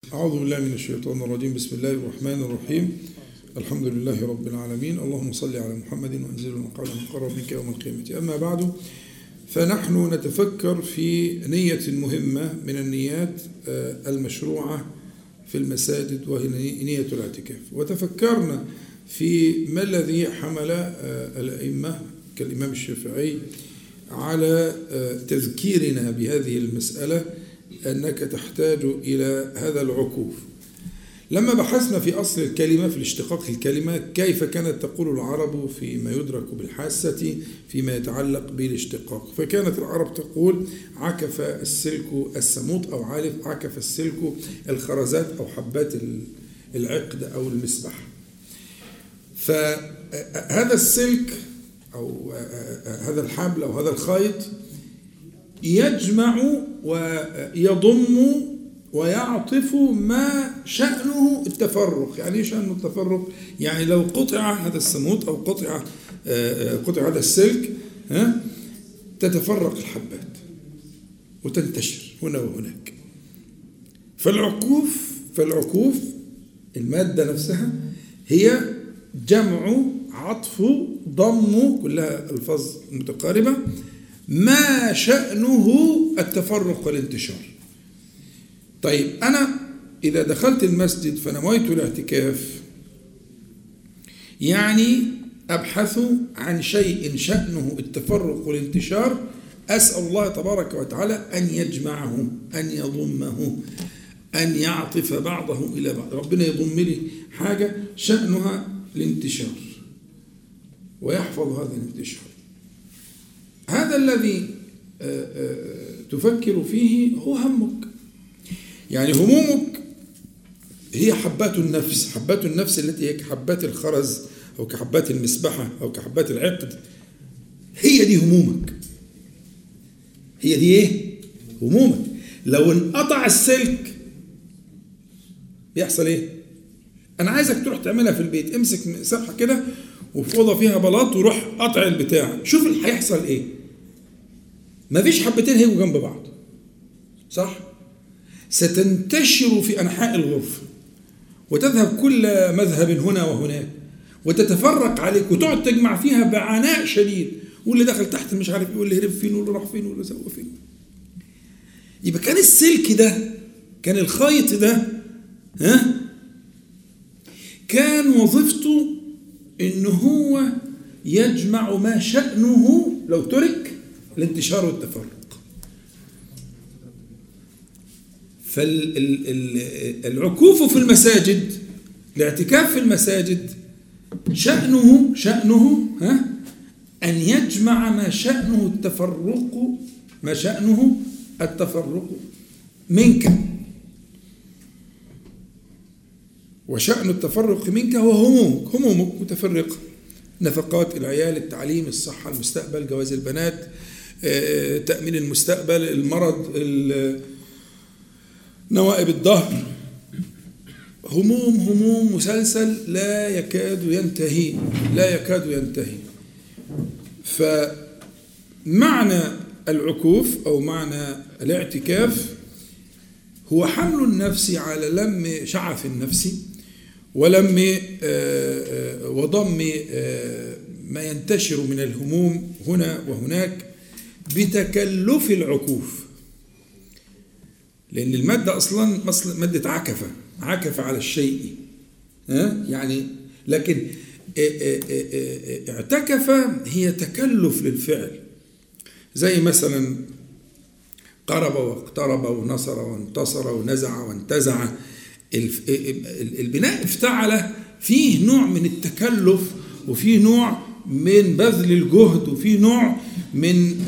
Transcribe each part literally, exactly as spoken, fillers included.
أعوذ بالله من الشيطان الرجيم. بسم الله الرحمن الرحيم. الحمد لله رب العالمين. اللهم صل على محمد وأنزل المقعد المقرب منك يوم القيامة. أما بعد، فنحن نتفكر في نية مهمة من النيات المشروعة في المساجد، وهي نية الاعتكاف. وتفكرنا في ما الذي حمل الأئمة كالإمام الشافعي على تذكيرنا بهذه المسألة، أنك تحتاج إلى هذا العكوف. لما بحثنا في أصل الكلمة، في الاشتقاق الكلمة، كيف كانت تقول العرب فيما يدرك بالحاسة فيما يتعلق بالاشتقاق، فكانت العرب تقول عكف السلك السموط، أو عكف السلك الخرزات أو حبات العقد أو المسبح. فهذا السلك أو هذا الحبل أو هذا الخيط يجمع ويضم ويعطف ما شأنه التفرق. يعني ايش شأنه التفرق؟ يعني لو قطع هذا السموط أو قطع قطع هذا السلك، ها تتفرق الحبات وتنتشر هنا وهناك. فالعكوف فالعكوف المادة نفسها هي جمع، عطف، ضم، كلها ألفاظ متقاربة، ما شأنه التفرق والانتشار. طيب، أنا إذا دخلت المسجد فنويت الاعتكاف، يعني أبحث عن شيء شأنه التفرق والانتشار، أسأل الله تبارك وتعالى أن يجمعه، أن يضمه، أن يعطف بعضه إلى بعض. ربنا يضم لي حاجة شأنها الانتشار ويحفظ هذا الانتشار. هذا الذي تفكر فيه هو همك. يعني همومك هي حبات النفس، حبات النفس التي هي كحبات الخرز أو كحبات المسبحة أو كحبات العقد. هي دي همومك، هي دي إيه؟ همومك. لو انقطع السلك يحصل إيه؟ أنا عايزك تروح تعملها في البيت. امسك سبحة كده وفي أوضة فيها بلاط وروح قطع البتاع، شوف اللي هيحصل إيه. مفيش حبتين هيجوا جنب بعض، صح؟ ستنتشر في أنحاء الغرفة وتذهب كل مذهب هنا وهناك وتتفرق عليك وتقعد تجمع فيها بعناء شديد، واللي دخل تحت مش عارف ايه، واللي هرب فين، واللي راح فين، واللي سوى فين. يبقى كان السلك ده، كان الخيط ده، ها كان وظيفته إن هو يجمع ما شأنه لو ترك الانتشار والتفرق. فالعكوف في المساجد، الاعتكاف في المساجد، شأنه شأنه ها أن يجمع ما شأنه التفرق، ما شأنه التفرق منك، وشأن التفرق منك هو همومك. همومك متفرقة: نفقات العيال، التعليم، الصحة، المستقبل، جواز البنات، تأمين المستقبل، المرض، نوائب الظهر. هموم هموم مسلسل لا يكاد ينتهي، لا يكاد ينتهي. فمعنى العكوف أو معنى الاعتكاف هو حمل النفس على لم شعف النفس ولم وضم ما ينتشر من الهموم هنا وهناك بتكلف العكوف. لأن المادة أصلا مادة عكفة، عكف على الشيء، ها يعني. لكن اعتكف هي تكلف للفعل، زي مثلا قرب واقترب ونصر وانتصر ونزع وانتزع. البناء افتعل فيه نوع من التكلف، وفيه نوع من بذل الجهد، وفيه نوع من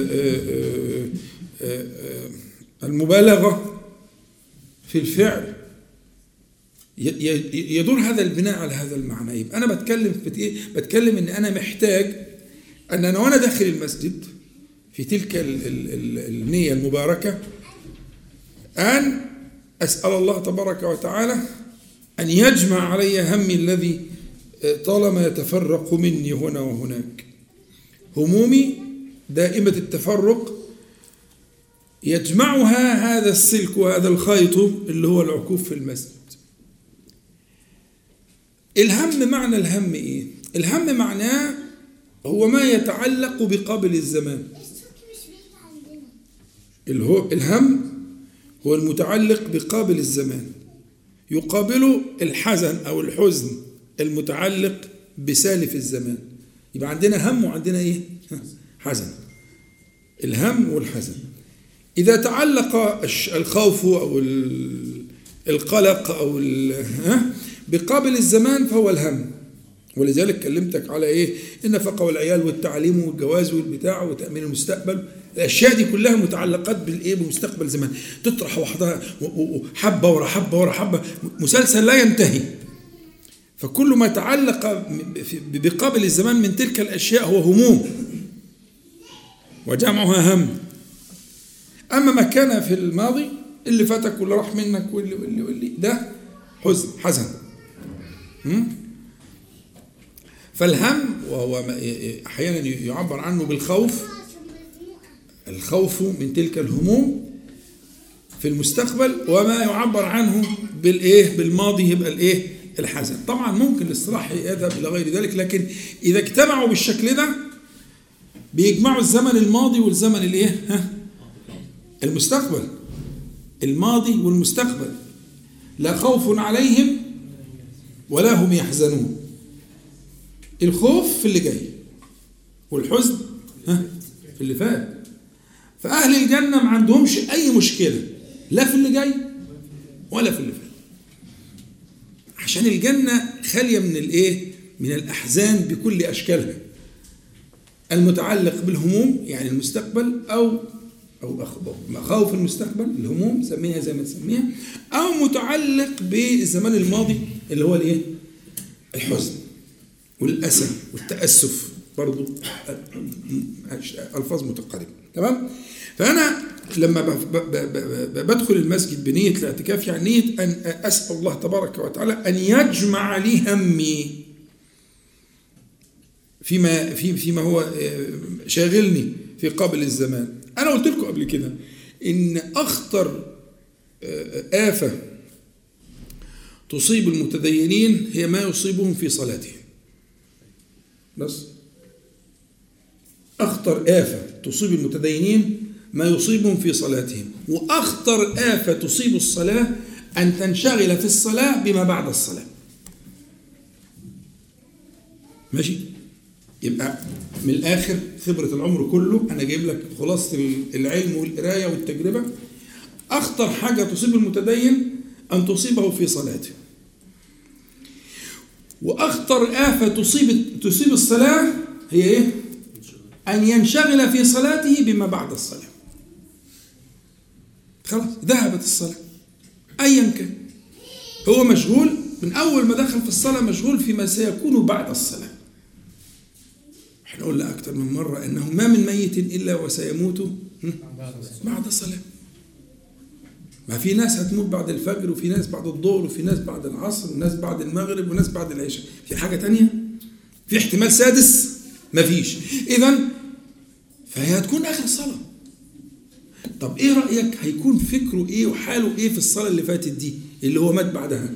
المبالغة في الفعل. يدور هذا البناء على هذا المعنى. يبقى أنا بتكلم في إيه؟ بتكلم إن أنا محتاج أن أنا وأنا داخل المسجد في تلك النية المباركة أن أسأل الله تبارك وتعالى أن يجمع علي همي الذي طالما يتفرق مني هنا وهناك. همومي دائمة التفرق يجمعها هذا السلك وهذا الخيط اللي هو العكوف في المسجد. الهم، معنى الهم إيه؟ الهم معناه هو ما يتعلق بقابل الزمان. الهم هو المتعلق بقابل الزمان، يقابله الحزن أو الحزن المتعلق بسالف الزمان. يبقى عندنا هم وعندنا إيه؟ حزن. الهم والحزن إذا تعلق الخوف أو القلق أو بقابل الزمان فهو الهم. ولذلك كلمتك على إيه؟ النفقة والعيال والتعليم والجواز والبتاع وتأمين المستقبل. الأشياء دي كلها متعلقات بالإيه؟ بمستقبل زمان، تطرح وحدها حبة ورا حبة ورا حبة، مسلسل لا ينتهي. فكل ما تعلق بقابل الزمان من تلك الأشياء هو هموم وجمعها هم. أما ما كان في الماضي اللي فاتك واللي راح منك واللي واللي واللي ده حزن حزن. فالهم وهو أحيانا يعبر عنه بالخوف، الخوف من تلك الهموم في المستقبل، وما يعبر عنه بالإيه؟ بالماضي يبقى الإيه؟ الحزن. طبعا ممكن الاصطلاح يذهب إلى غير ذلك، لكن إذا اجتمعوا بالشكل ده بيجمعوا الزمن الماضي والزمن الإيه؟ ها؟ المستقبل. الماضي والمستقبل لا خوف عليهم ولا هم يحزنون. الخوف في اللي جاي والحزن ها في اللي فات. فأهل الجنة ما عندهمش أي مشكلة لا في اللي جاي ولا في اللي فات، عشان الجنة خالية من الإيه؟ من الأحزان بكل أشكالها، المتعلق بالهموم يعني المستقبل أو أو مخاوف المستقبل، الهموم سميها زي ما تسميها، أو متعلق بالزمان الماضي اللي هو الإيه؟ الحزن والأسى والتأسف، برضو ألفاظ متقاربة. تمام؟ فأنا لما بدخل المسجد بنية الاعتكاف يعني نية أن أسأل الله تبارك وتعالى أن يجمع لي همي فيما فيما هو شاغلني في قابل الزمان. أنا قلت لكم قبل كده إن أخطر آفة تصيب المتدينين هي ما يصيبهم في صلاتهم. بس أخطر آفة تصيب المتدينين ما يصيبهم في صلاتهم، وأخطر آفة تصيب الصلاة أن تنشغل في الصلاة بما بعد الصلاة. ماشي؟ يبقى من الآخر خبرة العمر كله أنا جايب لك خلاصة العلم والقراية والتجربة. أخطر حاجة تصيب المتدين أن تصيبه في صلاته، وأخطر آفة تصيب تصيب الصلاة هي إيه؟ أن ينشغل في صلاته بما بعد الصلاة. خلاص ذهبت الصلاة أيا كان، هو مشغول من أول ما دخل في الصلاة، مشغول فيما سيكون بعد الصلاة. احنا قلنا أكثر من مرة أنه ما من ميت إلا وسيموت بعد الصلاة. ما في ناس هتموت بعد الفجر، وفي ناس بعد الظهر، وفي ناس بعد العصر، وناس بعد المغرب، وناس بعد العشاء. في حاجة تانية؟ في احتمال سادس؟ ما فيش. إذن فهي هتكون آخر الصلاة. طب إيه رأيك هيكون فكره إيه وحاله إيه في الصلاة اللي فاتت دي اللي هو مات بعدها؟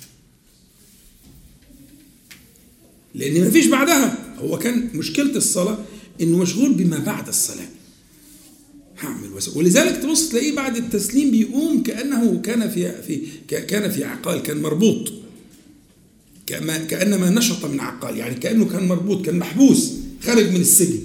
لأن ما فيش بعدها. هو كان مشكلة الصلاة إنه مشغول بما بعد الصلاة. هعمل وسوي. ولذلك تبص تلاقيه بعد التسليم بيقوم كأنه كان في في كان في عقال، كان مربوط، كما كأنما نشط من عقال، يعني كأنه كان مربوط، كان محبوس خارج من السجن.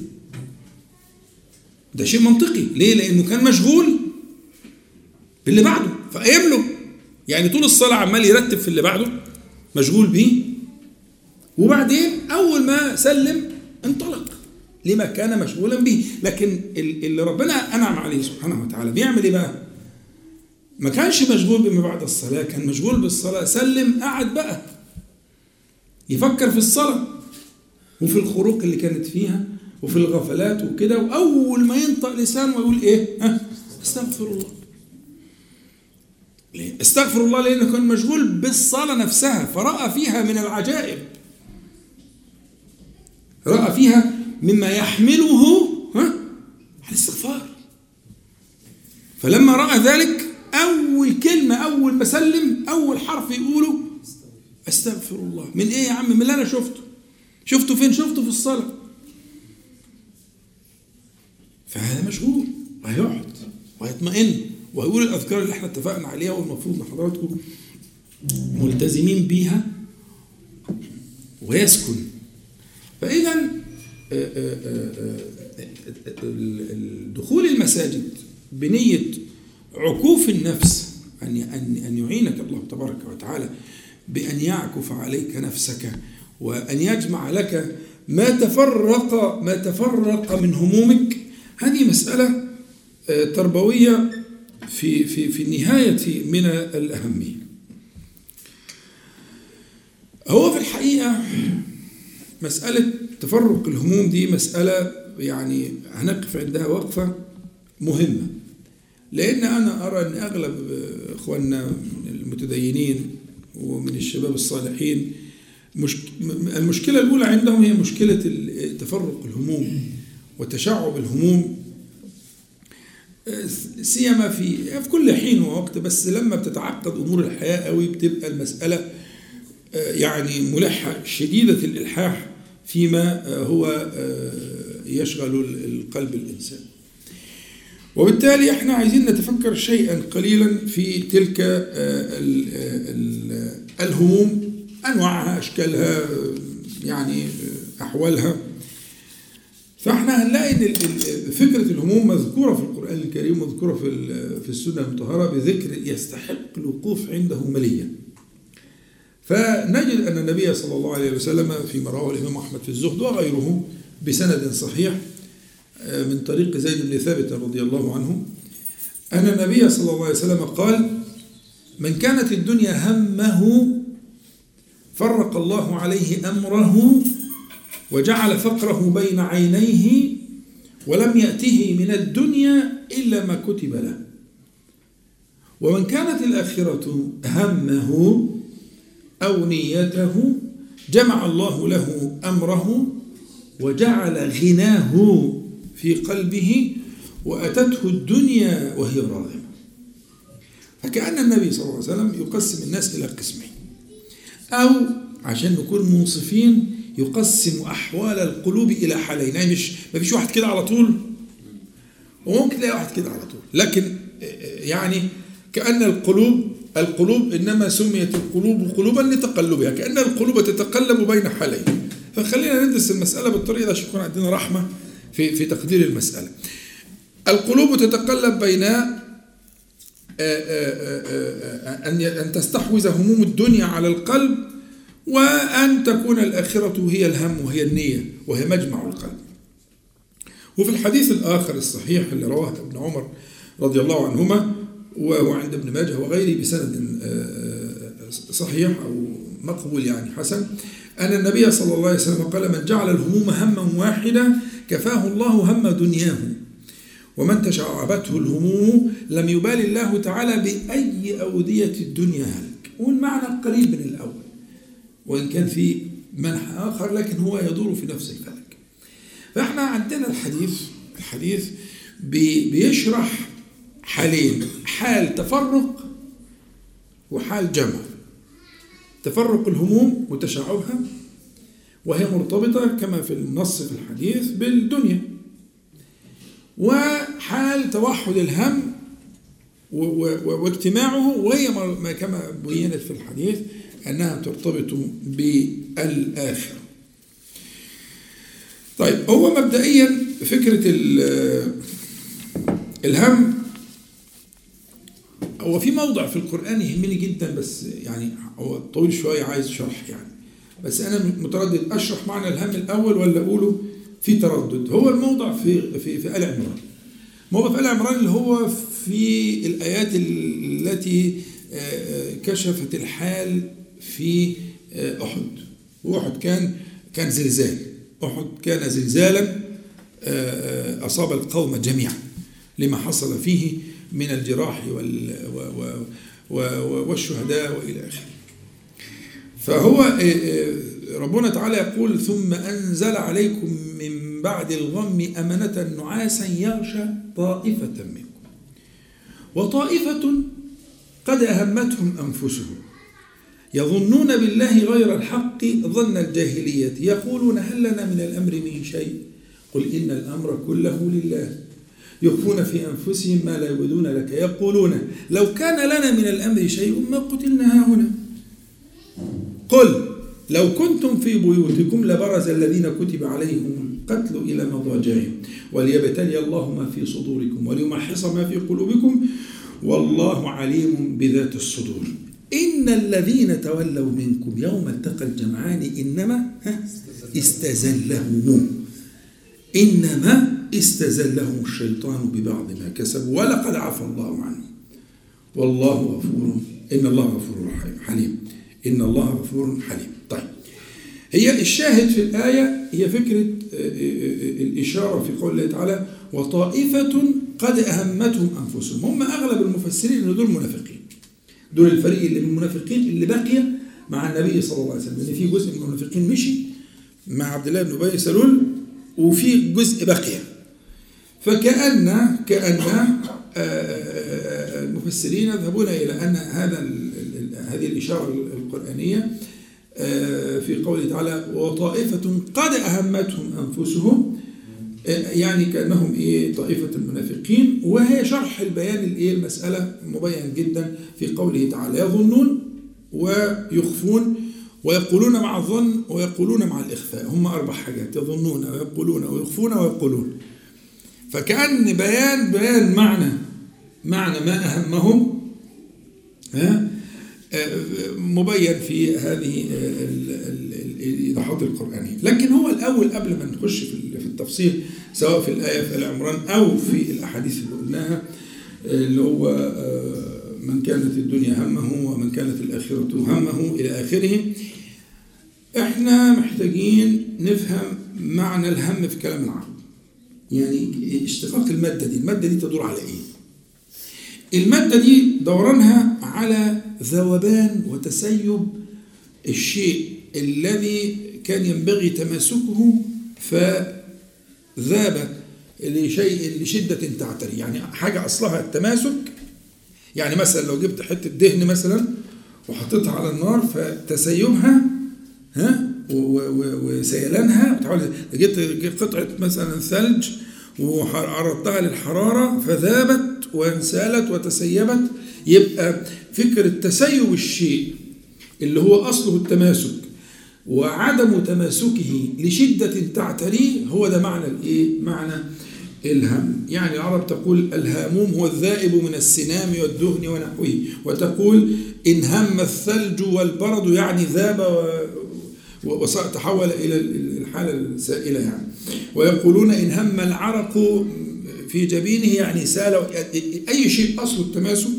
ده شيء منطقي. ليه؟ لأنه كان مشغول باللي بعده فقايم له، يعني طول الصلاة عمال يرتب في اللي بعده، مشغول بيه، وبعدين أول ما سلم انطلق لما كان مشغولا به. لكن اللي ربنا أنعم عليه سبحانه وتعالى بيعمل إيه بقى؟ ما كانش مشغول بما بعد الصلاة، كان مشغول بالصلاة، سلم قعد بقى يفكر في الصلاة وفي الخروق اللي كانت فيها وفي الغفلات وكده. وأول ما ينطق لسانه ويقول إيه؟ ها؟ استغفر الله. ليه؟ استغفر الله لأنه كان مشغول بالصلاة نفسها، فرأى فيها من العجائب، رأى فيها مما يحمله ها على الاستغفار. فلما رأى ذلك أول كلمة أول ما سلم أول حرف يقوله أستغفر الله. من إيه يا عم؟ من اللي أنا شفته. شفته فين؟ شفته في الصلاة. فهذا مشغول وهيقعد وهيطمئن وهيقول الأذكار اللي احنا اتفقنا عليها والمفروض لحضراتكم ملتزمين بيها ويسكن. فإذا دخول المساجد بنية عكوف النفس، أن أن يعينك الله تبارك وتعالى بأن يعكف عليك نفسك وأن يجمع لك ما تفرق ما تفرق من همومك، هذه مسألة تربوية في في في النهاية من الأهمية. هو في الحقيقة مسألة تفرق الهموم دي مسألة يعني هنقف عندها وقفة مهمة، لأن أنا أرى أن أغلب إخواننا المتدينين ومن الشباب الصالحين المشكلة الأولى عندهم هي مشكلة تفرق الهموم وتشعب الهموم، سيما في في كل حين ووقت. بس لما بتتعقد أمور الحياة قوي بتبقى المسألة يعني ملحة شديدة الإلحاح فيما هو يشغل القلب الإنسان. وبالتالي احنا عايزين نتفكر شيئا قليلا في تلك الهموم، أنواعها، أشكالها، يعني أحوالها. فاحنا هنلاقي ان فكرة الهموم مذكورة في القرآن الكريم ومذكورة في في السنة المطهرة بذكر يستحق الوقوف عنده مليا. فنجد أن النبي صلى الله عليه وسلم فيما رواه الإمام أحمد في الزهد وغيره بسند صحيح من طريق زيد بن ثابت رضي الله عنه أن النبي صلى الله عليه وسلم قال: من كانت الدنيا همه فرق الله عليه أمره وجعل فقره بين عينيه ولم يأته من الدنيا إلا ما كتب له. ومن كانت الآخرة همه أو نيته جمع الله له أمره وجعل غناه في قلبه وأتته الدنيا وهي راغمة. فكأن النبي صلى الله عليه وسلم يقسم الناس إلى قسمين، أو عشان نكون منصفين يقسم أحوال القلوب إلى حالين. يعني مش ما فيش واحد كده على طول وممكن تلاقي واحد كده على طول، لكن يعني كأن القلوب القلوب إنما سميت القلوب قلوبا لتقلبها، كأن القلوب تتقلب بين حالين. فخلينا ندرس المسألة بالطريقة دي عشان يكون عندنا رحمة في في تقدير المسألة. القلوب تتقلب بين أن أن تستحوذ هموم الدنيا على القلب وأن تكون الآخرة هي الهم وهي النية وهي مجمع القلب. وفي الحديث الآخر الصحيح اللي رواه ابن عمر رضي الله عنهما وعند ابن ماجه وغيره بسند صحيح أو مقبول يعني حسن، أن النبي صلى الله عليه وسلم قال: من جعل الهموم هما واحدا كفاه الله هم دنياه، ومن تشعبته الهموم لم يبال الله تعالى بأي أودية الدنيا هلك. والمعنى قريب من الأول وإن كان في منح آخر، لكن هو يدور في نفس الفلك. فإحنا عندنا الحديث الحديث بيشرح حالين: حال تفرق وحال جمع. تفرق الهموم وتشعبها وهي مرتبطة كما في النص في الحديث بالدنيا، وحال توحد الهم واجتماعه وهي كما بينت في الحديث أنها ترتبط بالآخرة. طيب، هو مبدئيا فكرة الهم هو في موضع في القرآن يهمني جدا، بس يعني هو طويل شوية عايز شرح يعني، بس أنا متردد أشرح معنى الهم الأول ولا أقوله في تردد. هو الموضع في في في آل عمران. موضع في آل عمران اللي هو في الآيات التي كشفت الحال في أحد. وأحد كان كان زلزال، أحد كان زلزالا أصاب القوم جميعا لما حصل فيه من الجراح والشهداء وإلى آخره. فهو ربنا تعالى يقول: ثم أنزل عليكم من بعد الغم أمنة نعاسا يغشى طائفة منكم. وطائفة قد أهمتهم أنفسهم يظنون بالله غير الحق ظن الجاهلية يقولون هل لنا من الأمر من شيء قل إن الأمر كله لله يخفون في أنفسهم ما لا يبدون لك يقولون لو كان لنا من الأمر شيء ما قتلنا هاهنا قل لو كنتم في بيوتكم لبرز الذين كتب عليهم القتل إلى مضاجعهم وليبتلي الله ما في صدوركم وليمحص ما في قلوبكم والله عليم بذات الصدور إن الذين تولوا منكم يوم التقى الجمعان إنما استزلهم إنما استزلهم الشيطان ببعض ما كسبوا ولقد عفى الله عنهم والله غفور إن الله غفور حليم إن الله غفور حليم. طيب هي الشاهد في الآية هي فكرة الإشارة في قول الله تعالى وطائفة قد أهمتهم أنفسهم. هم أغلب المفسرين إن دول منافقين، دول الفريق اللي من المنافقين اللي بقي مع النبي صلى الله عليه وسلم، لأن في جزء من المنافقين مشي مع عبد الله بن أبي سلول وفي جزء بقي. فكأن كأن المفسرين يذهبون إلى أن هذا هذه الإشارة القرآنية في قوله تعالى وطائفة قد أهمتهم أنفسهم، يعني كأنهم إيه طائفة المنافقين، وهي شرح البيان الإيه المسألة مبين جدا في قوله تعالى يظنون ويخفون ويقولون مع الظن ويقولون مع الإخفاء. هم أربع حاجات: يظنون ويقولون ويخفون ويقولون. فكأن بيان بيان معنى معنى ما أهمهم ها مبين في هذه الإيضاحات القرآنية. لكن هو الأول قبل ما نخش في التفصيل سواء في الآية في آل عمران أو في الأحاديث اللي قلناها اللي هو من كانت الدنيا همه ومن كانت الآخرة همه إلى آخره، إحنا محتاجين نفهم معنى الهم في كلام العرب. يعني اشتقاق المادة دي، المادة دي تدور على إيه؟ المادة دي دورانها على ذوبان وتسيب الشيء الذي كان ينبغي تماسكه فذاب لشيء لشدة تعتري. يعني حاجة أصلها التماسك، يعني مثلا لو جبت حتة دهن مثلا وحطيتها على النار فتسيبها ها وسيلانها، جبت قطعة مثلا ثلج وعرضتها للحرارة فذابت وانسالت وتسيبت. يبقى فكرة تسيب الشيء اللي هو أصله التماسك وعدم تماسكه لشدة تعتريه هو ده معنى الإيه؟ معنى الهم. يعني العرب تقول الهاموم هو الذائب من السنام والدهن ونحوه، وتقول إن هم الثلج والبرد يعني ذاب وتحول إلى الحالة السائلة يعني. ويقولون إن هم العرق في جبينه يعني سال. أي شيء أصل التماسك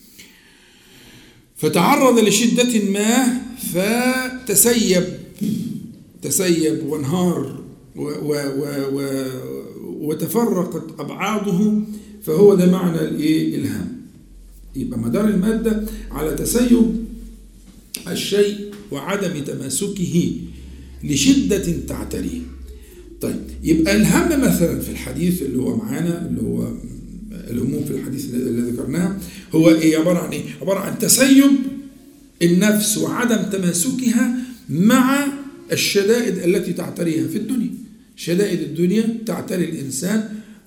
فتعرض لشدة ما فتسيب تسيب وانهار و و و و وتفرقت أبعاضه، فهو ده معنى الهم. يبقى مدار المادة على تسيب الشيء وعدم تماسكه لشدة تعتريه. طيب يبقى الهم مثلا في الحديث اللي هو معانا اللي هو الهموم في الحديث اللي ذكرناه هو ايه؟ عبارة عن ايه؟ عبارة عن تسيب النفس وعدم تماسكها مع الشدائد التي تعتريها في الدنيا. شدائد الدنيا تعتري الإنسان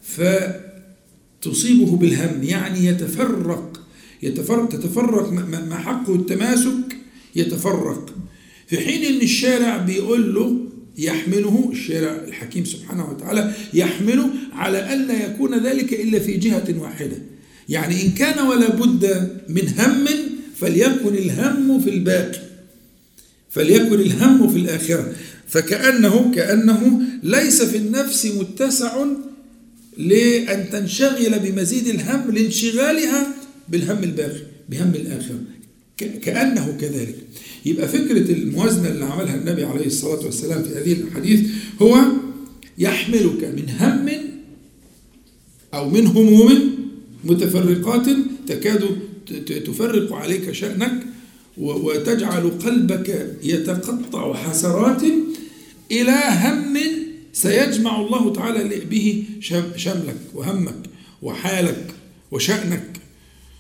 فتصيبه بالهم، يعني يتفرق يتفرق تتفرق ما حقه التماسك يتفرق، في حين ان الشارع بيقول له يحمله، الشارع الحكيم سبحانه وتعالى يحمله على ألا يكون ذلك إلا في جهة واحدة. يعني إن كان ولا بد من هم فليكن الهم في الباقي، فليكن الهم في الآخرة. فكأنه كأنه ليس في النفس متسع لأن تنشغل بمزيد الهم لانشغالها بالهم الباقي بهم الآخرة، كأنه كذلك. يبقى فكرة الموازنة اللي عملها النبي عليه الصلاة والسلام في هذه الحديث هو يحملك من هم أو من هموم متفرقات تكاد تفرق عليك شأنك وتجعل قلبك يتقطع حسرات إلى هم سيجمع الله تعالى به شملك وهمك وحالك وشأنك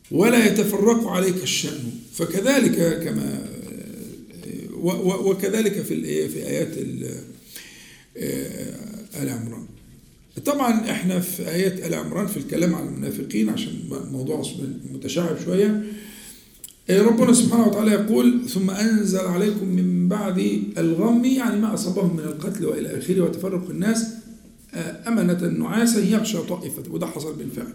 ولا يتفرق عليك الشأن. فكذلك كما وكذلك في في آيات آل عمران. طبعا احنا في آيات آل عمران في الكلام عن المنافقين عشان الموضوع متشعب شوية. ربنا سبحانه وتعالى يقول: ثم أنزل عليكم من بعد الغم، يعني ما أصابهم من القتل وإلى آخره، وتفرق الناس أمنة نعاسا يغشى طائفة، وده حصل بالفعل،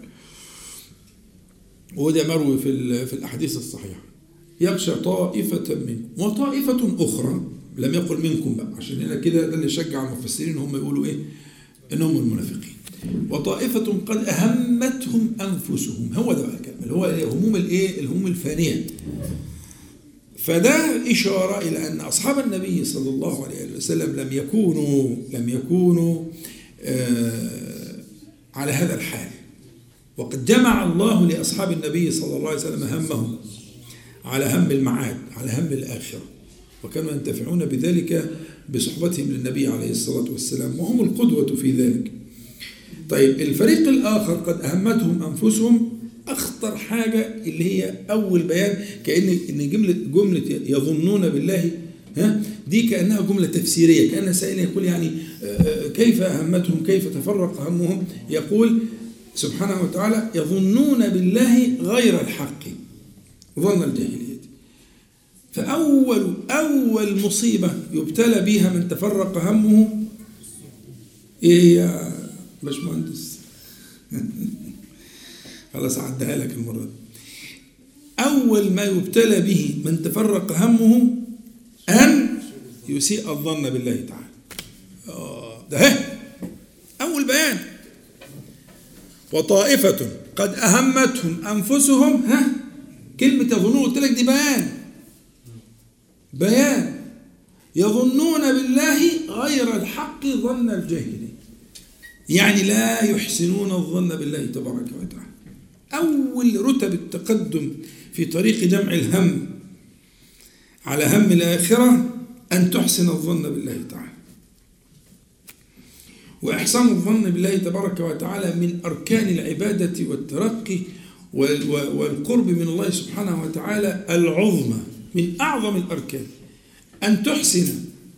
وده مروي في في الأحاديث الصحيحة. يغشى طائفة منكم وطائفة أخرى لم يقل منكم بقى، عشان هنا كده ده اللي يشجع المفسرين هم يقولوا إيه؟ إنهم المنافقين. وطائفة قد أهمتهم أنفسهم، هو ده بقى الكلام اللي هو هموم الإيه؟ الهموم الفانية. فده إشارة إلى أن أصحاب النبي صلى الله عليه وسلم لم يكونوا لم يكونوا آه على هذا الحال، وقد جمع الله لأصحاب النبي صلى الله عليه وسلم همهم على هم المعاد، على هم الآخرة، وكانوا ينتفعون بذلك بصحبتهم للنبي عليه الصلاة والسلام، وهم القدوة في ذلك. طيب الفريق الآخر قد أهمتهم أنفسهم، أخطر حاجة اللي هي أول بيان، كأن إن جملة جملة يظنون بالله، ها دي كأنها جملة تفسيرية، كأن سائل يقول يعني كيف أهمتهم، كيف تفرق همهم؟ يقول سبحانه وتعالى: يظنون بالله غير الحق ظن الجاهلية. فأول أول مصيبة يبتلى بها من تفرق همه إيه يا باشمهندس؟ خلاص عدها لك المرة دي. أول ما يبتلى به من تفرق همه أن يسيء الظن بالله تعالى. آه ده أول بيان. وطائفة قد أهمتهم أنفسهم، ها كلمة يظنون قلت لك دي بيان بيان يظنون بالله غير الحق ظن الجاهلين، يعني لا يحسنون الظن بالله تبارك وتعالى. أول رتب التقدم في طريق جمع الهم على هم الآخرة أن تحسن الظن بالله تعالى. وإحسان الظن بالله تبارك وتعالى من أركان العبادة والترقي والقرب من الله سبحانه وتعالى العظمى، من أعظم الأركان أن تحسن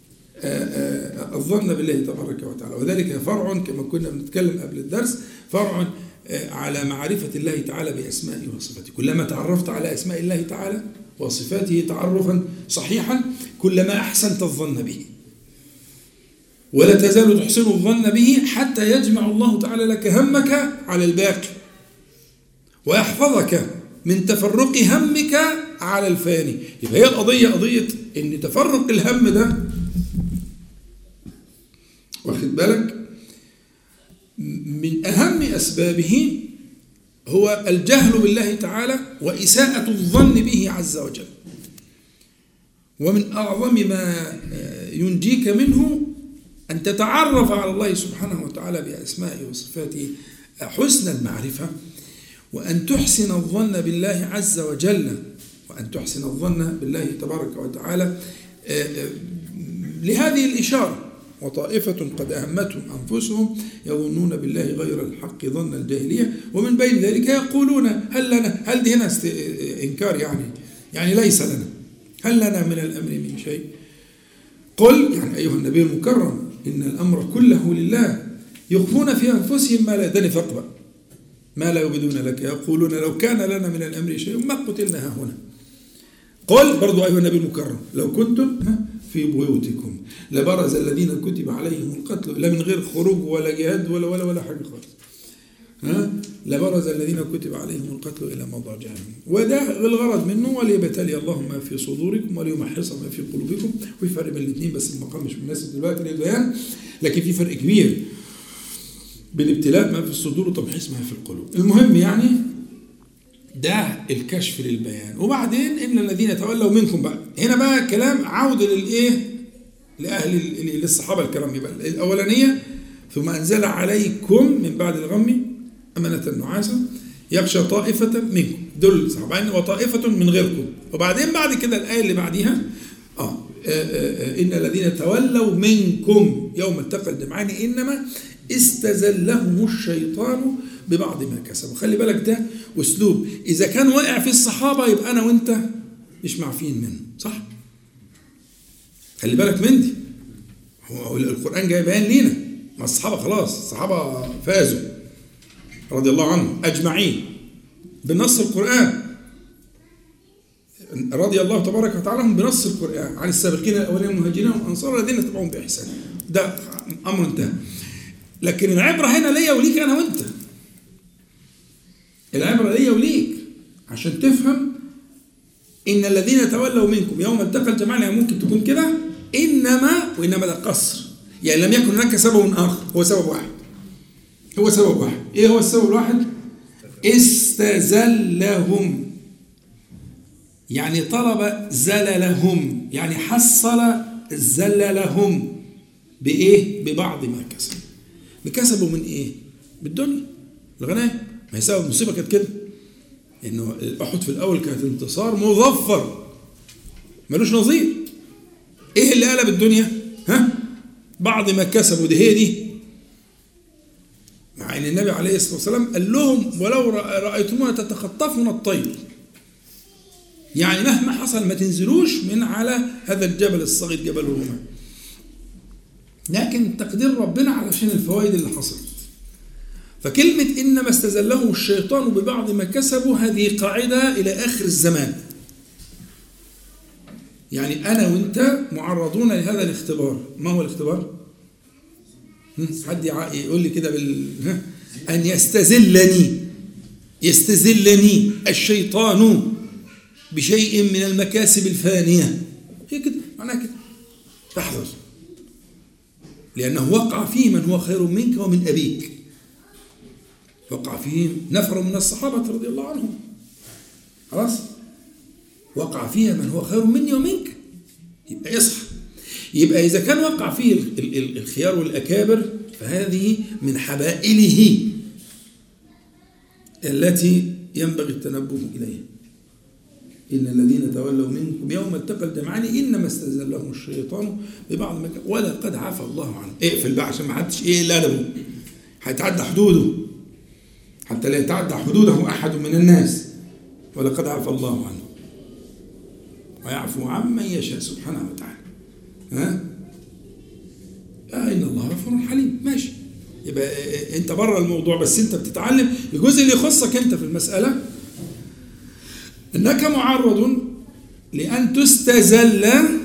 الظن بالله تبارك وتعالى. وذلك فرع كما كنا بنتكلم قبل الدرس، فرع على معرفة الله تعالى بأسمائه وصفاته. كلما تعرفت على أسماء الله تعالى وصفاته تعرفا صحيحا كلما أحسنت الظن به، ولا تزال تحسن الظن به حتى يجمع الله تعالى لك همك على الباقي، ويحفظك من تفرق همك على الفاني. يبقى هي القضية قضية ان تفرق الهم ده، واخد بالك، من أهم أسبابه هو الجهل بالله تعالى وإساءة الظن به عز وجل. ومن أعظم ما ينجيك منه أن تتعرف على الله سبحانه وتعالى بأسمائه وصفاته حسن المعرفة، وأن تحسن الظن بالله عز وجل، وأن تحسن الظن بالله تبارك وتعالى لهذه الإشارة: وطائفة قد أهمتهم أنفسهم يظنون بالله غير الحق ظن الجاهلية، ومن بين ذلك يقولون هل لنا، هل دي هنا إنكار يعني يعني ليس لنا، هل لنا من الأمر من شيء؟ قل يعني أيها النبي المكرم إن الأمر كله لله، يخفون في أنفسهم ما لا، ده نفاق بقى، ما لا يبدون لك، يقولون لو كان لنا من الأمر شيء ما قتلنا هنا. قل برضو أيها النبي المكرم لو كنتم في بيوتكم لبرز الذين كتب عليهم القتل، لا من غير خروج ولا جهاد ولا ولا ولا حاجة خالص، ها لبرز الذين كتب عليهم القتل إلى مضاجعهم. وده الغرض منه وليبتلي الله ما في صدوركم وليمحص ما في قلوبكم. وفي فرق بين الاثنين بس المقام مش مناسب دلوقتي للبيان، لكن في فرق كبير بين ابتلاء ما في الصدور وتمحيص ما في القلوب. المهم يعني ده الكشف للبيان. وبعدين إن الذين تولوا منكم بقى، هنا بقى كلام عودة للإيه؟ لأهل للصحابة الكرام. يبقى الأولانية ثم أنزل عليكم من بعد الغم أمنة نعاسا يغشى طائفة منكم، دول الصحابة، وطائفة من غيركم. وبعدين بعد كده الآية اللي بعديها آه, آه, آه إن الذين تولوا منكم يوم التقى الجمعان إنما استزلهم الشيطان ببعض ما كسبوا. خلي بالك ده أسلوب، إذا كان واقع في الصحابة يبقى أنا وإنت مش معفين منه، صح؟ خلي بالك من دي، هو القرآن جاي بيان لينا، ما الصحابة خلاص، الصحابة فازوا رضي الله عنهم أجمعين بنص القرآن، رضي الله تبارك وتعالى عنهم بنص القرآن عن السابقين الأولين المهاجرين والأنصار الذين اتبعوهم بإحسان، ده أمر انتهى. لكن العبرة هنا ليا وليك أنا وأنت، العبرة ليا وليك عشان تفهم إن الذين تولوا منكم يوم التقى الجمعان، يعني ممكن تكون كده إنما، وإنما ده قصر، يعني لم يكن هناك سبب آخر، هو سبب واحد، هو سبب واحد. إيه هو السبب الواحد؟ استزلهم، يعني طلب زللهم، يعني حصل زللهم بإيه؟ ببعض ما كسبوا. بكسبوا من إيه؟ بالدنيا، الغنائم. ما هي سبب المصيبة كانت كده، إنه أحد في الأول كانت انتصار مظفر ملوش نظير. إيه اللي قلب الدنيا؟ ها؟ بعض ما كسبوا، دي هي دي. مع إن النبي عليه الصلاة والسلام قال لهم ولو رأيتمونا تتخطفون الطير، يعني مهما حصل ما تنزلوش من على هذا الجبل الصغير جبل الرومان. لكن تقدير ربنا علشان الفوائد اللي حصلت. فكلمة إنما استزلهم الشيطان ببعض ما كسبوا هذه قاعدة إلى آخر الزمان. يعني أنا وإنت معرضون لهذا الاختبار. ما هو الاختبار؟ حد يقول لي كده بال... أن يستزلني يستزلني الشيطان بشيء من المكاسب الفانية. هي كده معناها كده، تحذر، لأنه وقع فيه من هو خير منك ومن أبيك. وقع فيه نفر من الصحابة رضي الله عنهم، خلاص، وقع فيها من هو خير مني ومنك، يبقى يصح. يبقى إذا كان وقع فيه الخيار والأكابر فهذه من حبائله التي ينبغي التنبه إليها. إن الذين تولوا منكم يوم التقى الجمعان إنما استزلهم الشيطان ببعض ما كان ولقد عفى الله عنه. اقفل بقى عشان ما حدش ايه لا أدبه، هيتعدى حدوده، حتى لا يتعدى حدوده أحد من الناس. ولقد عفى الله عنه ويعفو عمن يشاء سبحانه وتعالى. ها؟ آه إن الله غفور حليم. ماشي، يبقى أنت بره الموضوع، بس أنت بتتعلم الجزء اللي يخصك أنت في المسألة، أنك معرض لأن تستزل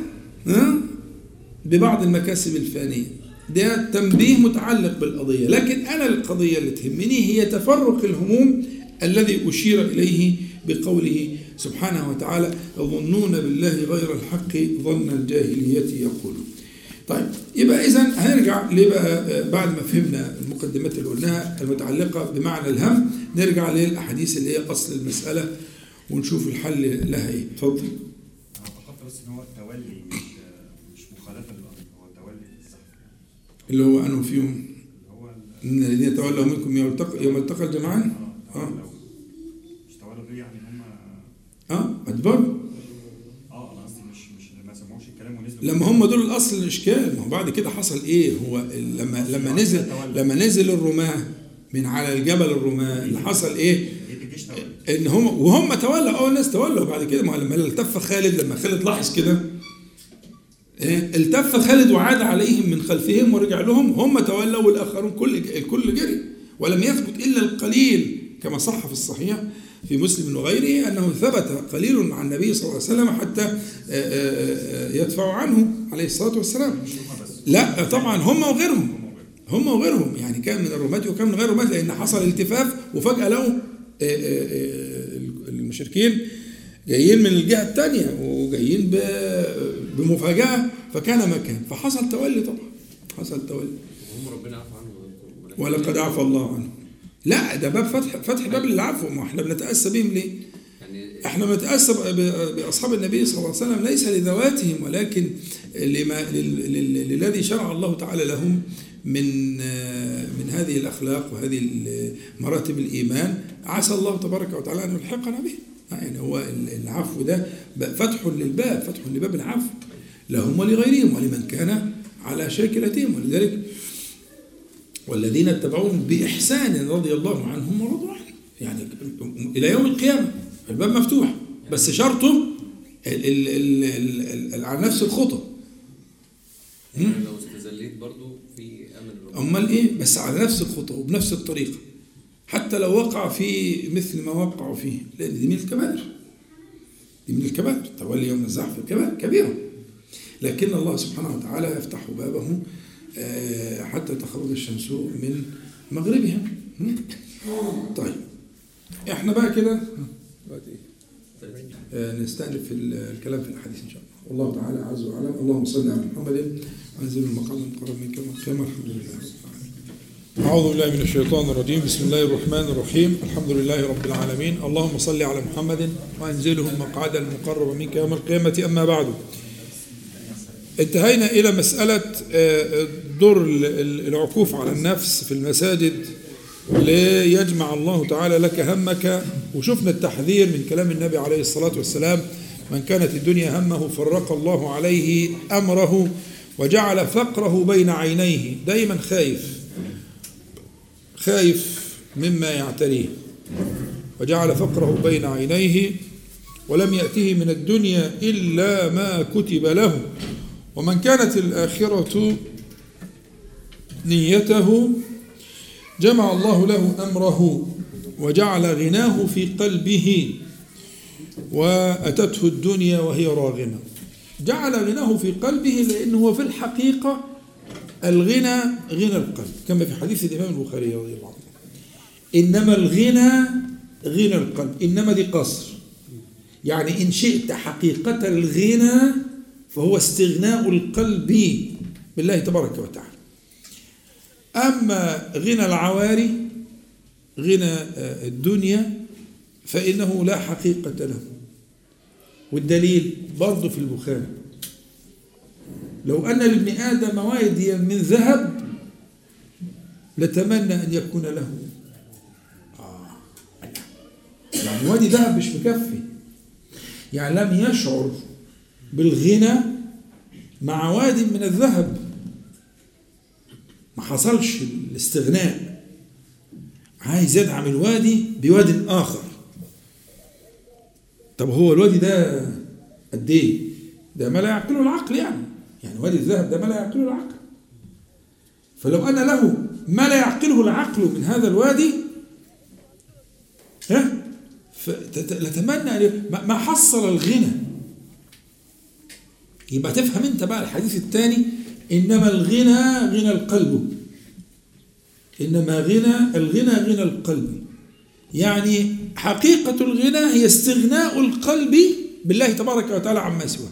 ببعض المكاسب الفانية. ده تنبيه متعلق بالقضية، لكن أنا القضية اللي تهمني هي تفرق الهموم الذي أشير إليه بقوله سبحانه وتعالى يظنون بالله غير الحق ظن الجاهلية يقولون. طيب، يبقى إذن هنرجع لبقى بعد ما فهمنا المقدمات اللي قلناها المتعلقة بمعنى الهم، نرجع للأحاديث اللي هي أصل المسألة ونشوف الحل لها ايه. اتفضل. انا فكرت بس ان هو التولي مش مش مخالفه للامر، هو تولي الزحف اللي هو انه فيهم اللي هو ان الذين تولوا منكم يوم التقى يوم التقى الجمعان. اه مش تولوا دي يعني هم اه ادبر. اه انا قصدي مش مش ما سمعوش الكلام ونزلوا لما هم دول الاصل الاشكال. ما هو بعد كده حصل ايه؟ هو لما لما نزل لما نزل الرماة من على الجبل الرماة اللي حصل ايه؟ ان هم وهم تولوا، اول الناس تولوا بعد كده. ما لما التف خالد، لما خالد لاحظ كده إيه؟ التف خالد وعاد عليهم من خلفهم ورجع لهم، هم تولوا والاخرون كل الكل جري، ولم يثبت الا القليل كما صح في الصحيح في مسلم وغيره انه ثبت قليل مع النبي صلى الله عليه وسلم حتى يدفع عنه عليه الصلاه والسلام. لا طبعا هم وغيرهم، هم وغيرهم يعني كان من الرماة وكان من غير الرماة، لان حصل التفاف وفجاه لو المشركين جايين من الجهة الثانية وجايين بمفاجأة، فكان مكان، فحصل تولي. طبعا حصل تولي. هم ربنا عفى عنه ولقد عفى الله عنه. لا ده باب فتح فتح باب للعفو. ما احنا بنتأسى بهم ليه؟ يعني احنا بنتأسى بأصحاب النبي صلى الله عليه وسلم ليس لذواتهم، ولكن لما للذي شرع الله تعالى لهم من من هذه الأخلاق وهذه مراتب الإيمان. عسى الله تبارك وتعالى أن يلحقنا به. يعني هو العفو ده فتح للباب، فتح لباب العفو لهم ولغيرهم ولمن كان على شاكلتهم. ولذلك والذين اتبعوهم بإحسان رضي الله عنهم ورضوا عنه، يعني إلى يوم القيامة الباب مفتوح، بس شرطه ال ال ال ال ال على نفس الخطى. يعني لو استزليت برضو في أمل. أمال إيه؟ بس على نفس الخطى وبنفس الطريقة، حتى لو وقع في مثل ما وقعوا فيه، لأن دي من الكبائر، دي من الكبائر، تولي يوم الزحف الكبائر كبيرة، لكن الله سبحانه وتعالى يفتح بابه حتى تخرج الشمس من مغربها. طيب احنا بقى كده نستأنف في الكلام في الحديث إن شاء الله. والله تعالى عز وجل. اللهم صل على محمد وانزل المقام المقرب منك يوم القيامة. الحمد لله. أعوذ بالله من الشيطان الرجيم. بسم الله الرحمن الرحيم. الحمد لله رب العالمين. اللهم صل على محمد وانزله المقعد المقرب منك يوم القيامة. أما بعد، انتهينا إلى مسألة دور العكوف على النفس في المساجد ليجمع الله تعالى لك همك، وشفنا التحذير من كلام النبي عليه الصلاة والسلام: من كانت الدنيا همه فرق الله عليه أمره وجعل فقره بين عينيه. دايما خايف خايف مما يعتريه، وجعل فقره بين عينيه ولم يأته من الدنيا إلا ما كتب له. ومن كانت الآخرة نيته جمع الله له أمره وجعل غناه في قلبه وأتته الدنيا وهي راغمة. جعل غناه في قلبه لأنه في الحقيقة الغنى غنى القلب، كما في حديث الإمام البخاري رضي الله عنه: إنما الغنى غنى القلب. إنما دي قصر، يعني إن شئت حقيقة الغنى فهو استغناء القلب بالله تبارك وتعالى. أما غنى العواري، غنى الدنيا، فإنه لا حقيقة له. والدليل برضه في البخاري: لو أن لابن آدم واديا من ذهب لتمنى أن يكون له. آه. يعني وادي ذهب مش مكفي، يعني لم يشعر بالغنى مع واد من الذهب، ما حصلش الاستغناء، عايز يدعم الوادي بواد آخر. طب هو الوادي ده قد ايه؟ ده ما لا يعقله العقل، يعني يعني وادي الذهب ده ما لا يعقله العقل. فلو أن له ما لا يعقله العقل من هذا الوادي، ها لتمنى ما حصل الغنى. يبقى تفهم انت بقى الحديث الثاني: إنما الغنى غنى القلب. إنما غنى الغنى غنى القلب، يعني حقيقة الغنى هي استغناء القلب بالله تبارك وتعالى عما سواه.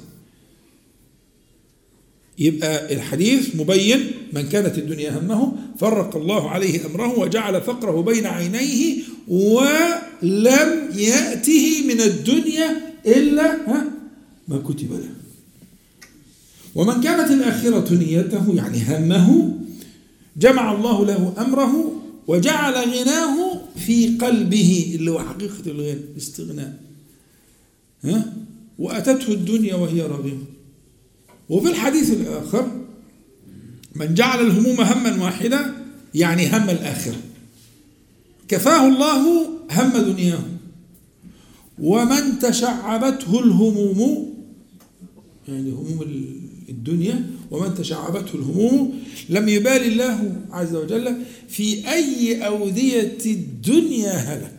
يبقى الحديث مبين: من كانت الدنيا همه فرق الله عليه أمره وجعل فقره بين عينيه ولم يأته من الدنيا إلا ما كتب له. ومن كانت الآخرة نيته، يعني همه، جمع الله له أمره وجعل غناه في قلبه، اللي هو حقيقة الغنى الاستغناء، ها؟ وأتته الدنيا وهي راغمة. وفي الحديث الآخر: من جعل الهموم هما واحدا، يعني هم الآخرة، كفاه الله هم دنياه. ومن تشعبته الهموم، يعني هموم الدنيا، ومن تشعبته الهموم لم يبال الله عز وجل في أي أودية الدنيا هلك.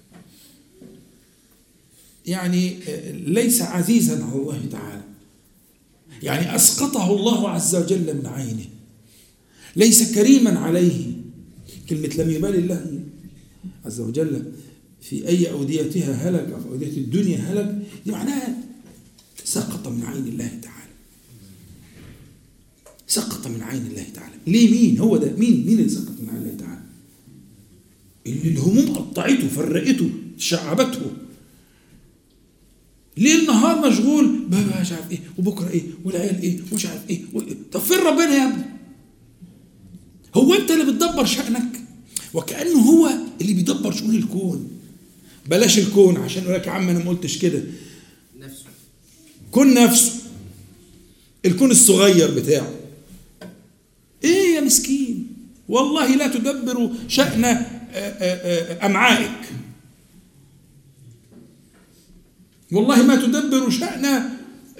يعني ليس عزيزا على الله تعالى، يعني أسقطه الله عز وجل من عينه، ليس كريما عليه. كلمة لم يبال الله عز وجل في أي أوديتها هلك، أو في أودية الدنيا هلك، دي معناها سقط من عين الله تعالى، سقط من عين الله تعالى. ليه؟ مين هو ده؟ مين مين اللي سقط من عين الله تعالى؟ اللي الهموم قطعته، فرقته، شعبته، ليل نهار مشغول مش عارف ايه، وبكره ايه، والعيال ايه، ومش عارف ايه و... طب فين ربنا يا ابني؟ هو انت اللي بتدبر شأنك؟ وكأنه هو اللي بيدبر شؤون الكون. بلاش الكون، عشان يقول لك يا عم انا ما قلتش كده، نفسه، كن نفسه، الكون الصغير بتاعه. ايه يا مسكين؟ والله لا تدبر شأن أمعائك، والله ما تدبر شأن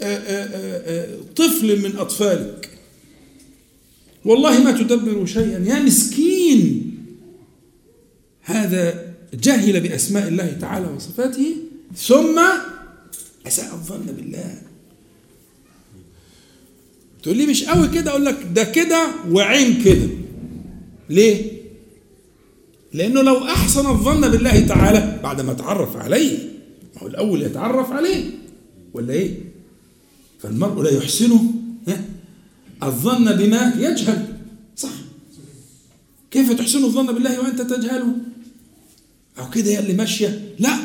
طفل من أطفالك، والله ما تدبر شيئا. يا مسكين، هذا جهل بأسماء الله تعالى وصفاته ثم أساء الظن بالله. تقول لي مش قوي كده، أقول لك ده كده وعين كده. ليه؟ لأنه لو أحسن الظن بالله تعالى بعد ما تعرف عليه، هو الأول يتعرف عليه ولا إيه؟ فالمرء لا يحسنه الظن بما يجهل، صح؟ كيف تحسن الظن بالله وأنت تجهله؟ أو كده يا اللي ماشية؟ لا،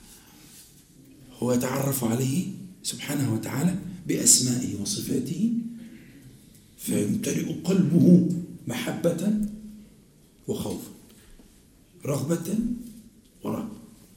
هو يتعرف عليه سبحانه وتعالى بأسمائه وصفاته فيمتلئ قلبه محبة وخوفا، رغبة ورهبة،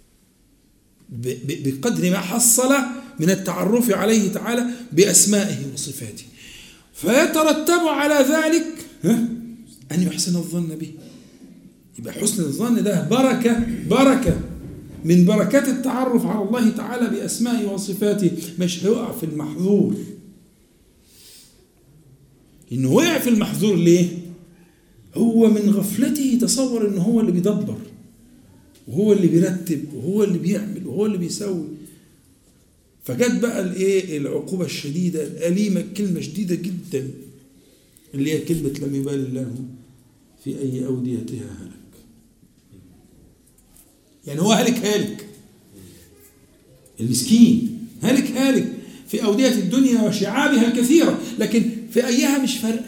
بقدر ما حصل من التعرف عليه تعالى بأسمائه وصفاته، فيترتب على ذلك أن يحسن الظن به. يبقى حسن الظن ده بركة بركة من بركات التعرف على الله تعالى بأسمائه وصفاته. مش هيقع في المحظور. إنه وقع في المحظور ليه؟ هو من غفلته تصور إنه هو اللي بيدبر وهو اللي بيرتب وهو اللي بيعمل وهو اللي بيسوي. فجت بقى الايه العقوبة الشديدة الأليمة، كلمة شديدة جدا اللي هي كلمة لم يبال الله في أي أوديتها هلك. يعني هو هلك هالك، المسكين هلك هالك في أودية الدنيا وشعابها الكثيرة، لكن في أيها مش فارقة.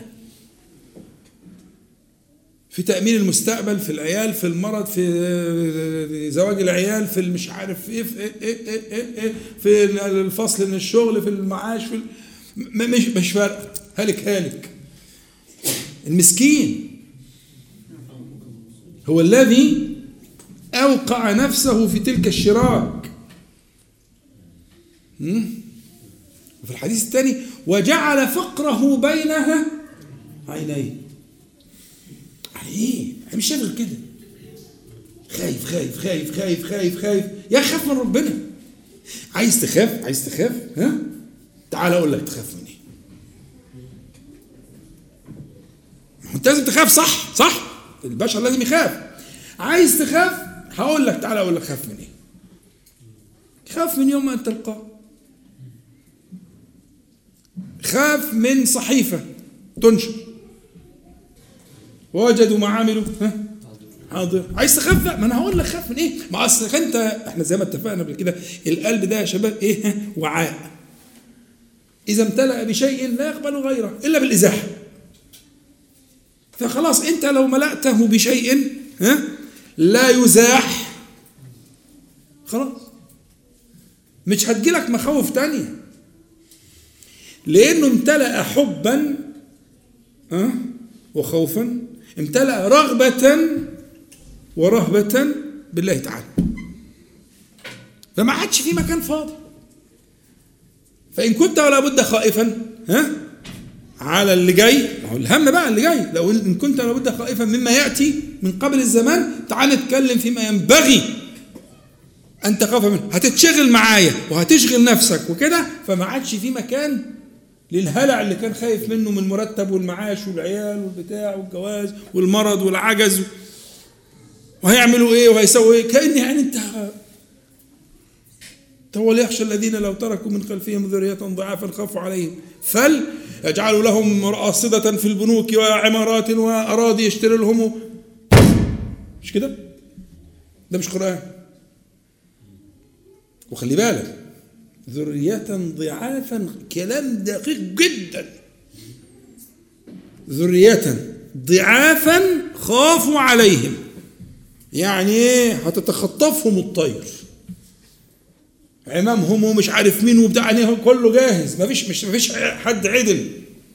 في تأمين المستقبل، في العيال، في المرض، في زواج العيال، في المش عارف ايه، في, إيه إيه إيه إيه في الفصل من الشغل، في المعاش، في مش مش فارقة، هلك هالك. المسكين هو الذي أوقع نفسه في تلك الشراك. وفي الحديث الثاني وجعل فقره بينها عينيه. ايه؟ مش شايف كده، خايف خايف خايف خايف خايف خايف. يا خاف من ربنا. عايز تخاف؟ عايز تخاف؟ ها؟ تعال اقول لك تخاف من ايه. انت لازم تخاف، صح؟ صح؟ البشر لازم يخاف. عايز تخاف؟ هقول لك تعال اقول لك خاف من ايه. خاف من يوم ان تلقاه. خاف من صحيفة تنشر ووجدوا ما عملوا ها حاضر. عايز تخاف بقى؟ ما انا هقول لك خاف من ايه. ما اصلك انت، احنا زي ما اتفقنا قبل كده، القلب ده يا شباب ايه؟ وعاء. اذا امتلأ بشيء لا يقبل غيره الا بالازاحه. فخلاص انت لو ملأته بشيء ها لا يزاح، خلاص مش هتجيلك مخاوف تانية، لانه امتلأ حبا ها وخوفا، امتلأ رغبة ورهبة بالله تعالى، فما عادش في مكان فاضي. فإن كنت ولا بد خائفا ها على اللي جاي، هو الهم بقى اللي جاي، لو إن كنت ولا بد خائفا مما يأتي من قبل الزمان، تعال نتكلم فيما ينبغي أن تخاف منه. هتتشغل معايا وهتشغل نفسك وكده، فما عادش في مكان للهلع اللي كان خايف منه من مرتب والمعاش والعيال والبتاع والجواز والمرض والعجز، وهيعملوا ايه وهيسووا ايه. كأن يعني انت هو ليخشى الذين لو تركوا من خلفهم ذرية ضعافا خافوا عليهم فليجعلوا لهم رأصدة في البنوك وعمارات وأراضي يشتري لهم. مش كده؟ ده مش قرآن. وخلي بالك ذرية ضعافا، كلام دقيق جدا. ذرية ضعافا خافوا عليهم، يعني ايه؟ هتتخطفهم الطير، عمامهم ومش عارف مين وبتاع، يعني كله جاهز، مفيش مش مفيش حد عدل،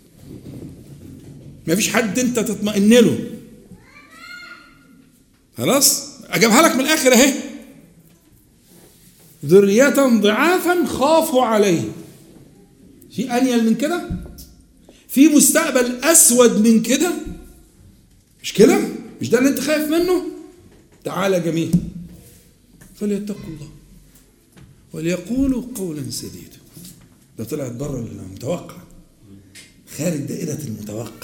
مفيش حد انت تطمئن له. خلاص اجيبها لك من الاخر اهي. ذرية ضعافا خافوا عليه. في أنيل من كده؟ في مستقبل أسود من كده؟ مش كده؟ مش ده اللي انت خايف منه؟ تعالى جميل، فليتقوا الله وليقولوا قولا سديدا. ده طلعت بره المتوقع، خارج دائرة المتوقع.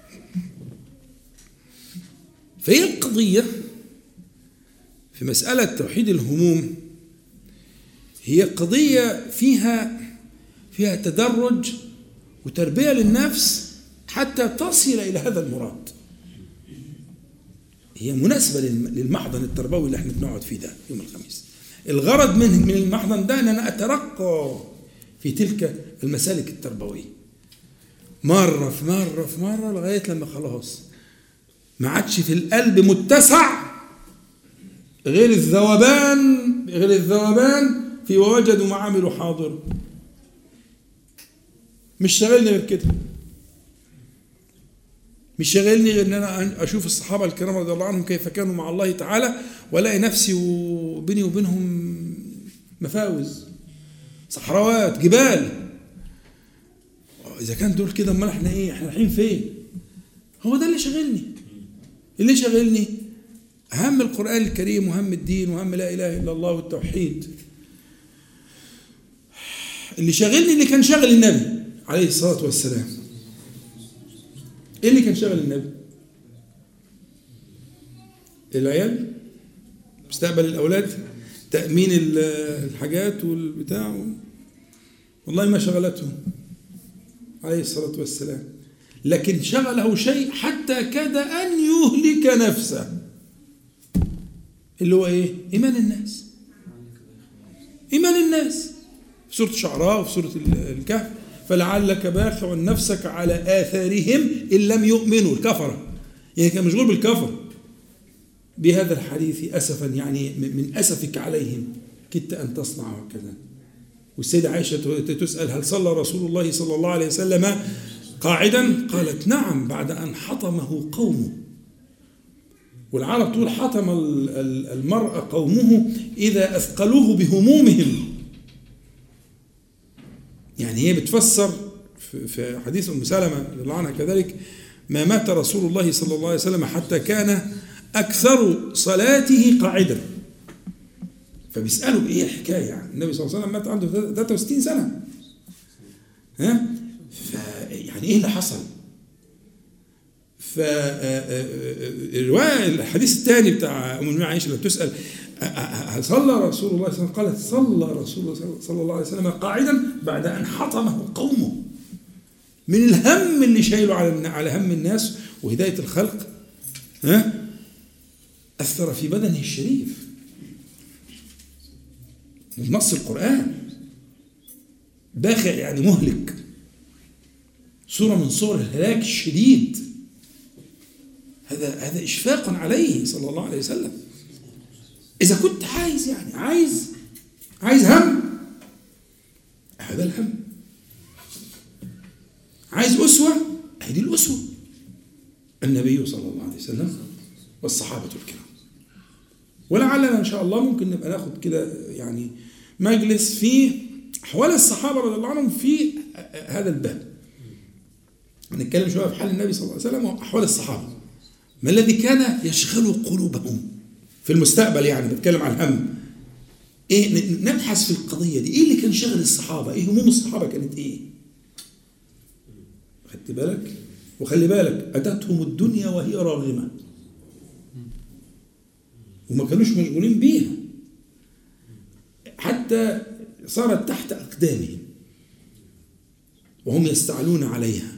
فهي القضية في مسألة توحيد الهموم هي قضية فيها فيها تدرج وتربية للنفس حتى تصل إلى هذا المراد. هي مناسبة للمحضن التربوي اللي احنا بنقعد فيه ده يوم الخميس. الغرض من من المحضن ده ان انا اترقى في تلك المسالك التربوية مرة في مرة في مرة لغاية لما خلاص ما عادش في القلب متسع غير الذوبان غير الذوبان في ووجدوا ما عملوا حاضر. مش شغلني غير كده، مش شغلني غير ان انا اشوف الصحابه الكرام رضي الله عنهم كيف كانوا مع الله تعالى والاقي نفسي وبيني وبينهم مفاوز، صحراوات، جبال. اذا كان دول كده امال احنا ايه؟ احنا رايحين فين؟ هو ده اللي شغلني. اللي شغلني هم القرآن الكريم وهم الدين وهم لا اله الا الله والتوحيد. اللي شغلني اللي كان شغل النبي عليه الصلاه والسلام. ايه اللي كان شغل النبي؟ العيال، مستقبل الاولاد، تامين الحاجات والبتاع. والله ما شغلته عليه الصلاه والسلام، لكن شغله شيء حتى كاد ان يهلك نفسه، اللي هو ايه؟ ايمان الناس. ايمان الناس في سوره الشعراء وفي سوره الكهف، فلعلك باخع نفسك على آثارهم إن لم يؤمنوا. الكفرة يعني كان مشغول بالكفر. بهذا الحديث أسفا، يعني من أسفك عليهم كدت أن تصنع وكذا. والسيدة عائشة تسأل هل صلى رسول الله صلى الله عليه وسلم قاعدا؟ قالت نعم بعد أن حطمه قومه. والعرب تقول حطم المرء قومه إذا أثقلوه بهمومهم. يعني هي بتفسر في حديث أم سلمة رضي الله عنها كذلك ما مات رسول الله صلى الله عليه وسلم حتى كان أكثر صلاته قاعدا. فبيسألوا بإيه الحكاية؟ يعني النبي صلى الله عليه وسلم مات عنده ثلاثة وستين سنة. ها؟ يعني إيه اللي حصل؟ فالرواية الحديث الثاني بتاع أم المؤمنين عائشة لما تسأل هل صلى رسول الله صلى الله عليه وسلم؟ قالت صلى رسول الله صلى الله عليه وسلم قاعدا بعد أن حطمه قومه من الهم اللي شايله على على هم الناس وهداية الخلق. ها؟ أثر في بدنه الشريف نص القرآن. باخع يعني مهلك، صورة من صور الهلاك الشديد. هذا هذا إشفاق عليه صلى الله عليه وسلم. إذا كنت عايز يعني عايز عايز هم، هذا الهم. عايز أسوة، هذه الأسوة النبي صلى الله عليه وسلم والصحابة الكرام. ولعلنا إن شاء الله ممكن نبقى ناخد كده يعني مجلس فيه أحوال الصحابة رضي الله عنهم في هذا الباب. نتكلم شوية في حال النبي صلى الله عليه وسلم وأحوال الصحابة، ما الذي كان يشغل قلوبهم في المستقبل. يعني بتكلم عن الهم. إيه نبحث في القضية دي، إيه اللي كان شغل الصحابة؟ إيه هموم الصحابة كانت إيه؟ خدت بالك؟ وخلي بالك أتتهم الدنيا وهي راغمة، وما كانوش مشغولين بيها حتى صارت تحت أقدامهم وهم يستعلون عليها.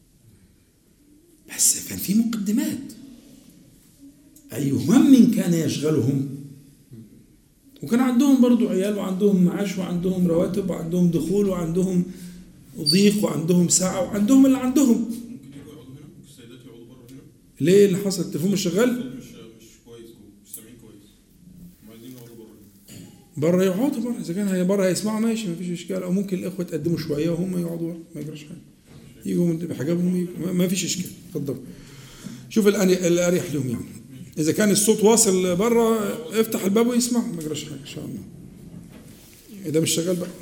بس كان في مقدمات. أي هم كان يشغلهم، وكان عندهم برضو عيال وعندهم معاش وعندهم رواتب وعندهم دخول وعندهم ضيق وعندهم ساعة وعندهم اللي عندهم. ممكن يجوا يقعدوا هنا، السيدات يقعدوا بره هنا. ليه اللي حصل؟ التليفون مش شغال؟ مش مش كويس جوه، مش سامعين كويس. هم عايزين يقعدوا بره. بره يقعدوا بره، إذا كان هي بره هيسمعوا ماشي مفيش إشكال، أو ممكن الإخوة تقدموا شوية وهم يقعدوا بره ما يجراش حاجة. يجوا بحجابهم ما فيش إشكال. اتفضل. شوف الآن الأريح لهم يعني. إذا كان الصوت واصل بره افتح الباب ويسمع ما يجراش حاجة إن شاء الله. إذا مش شغال بقى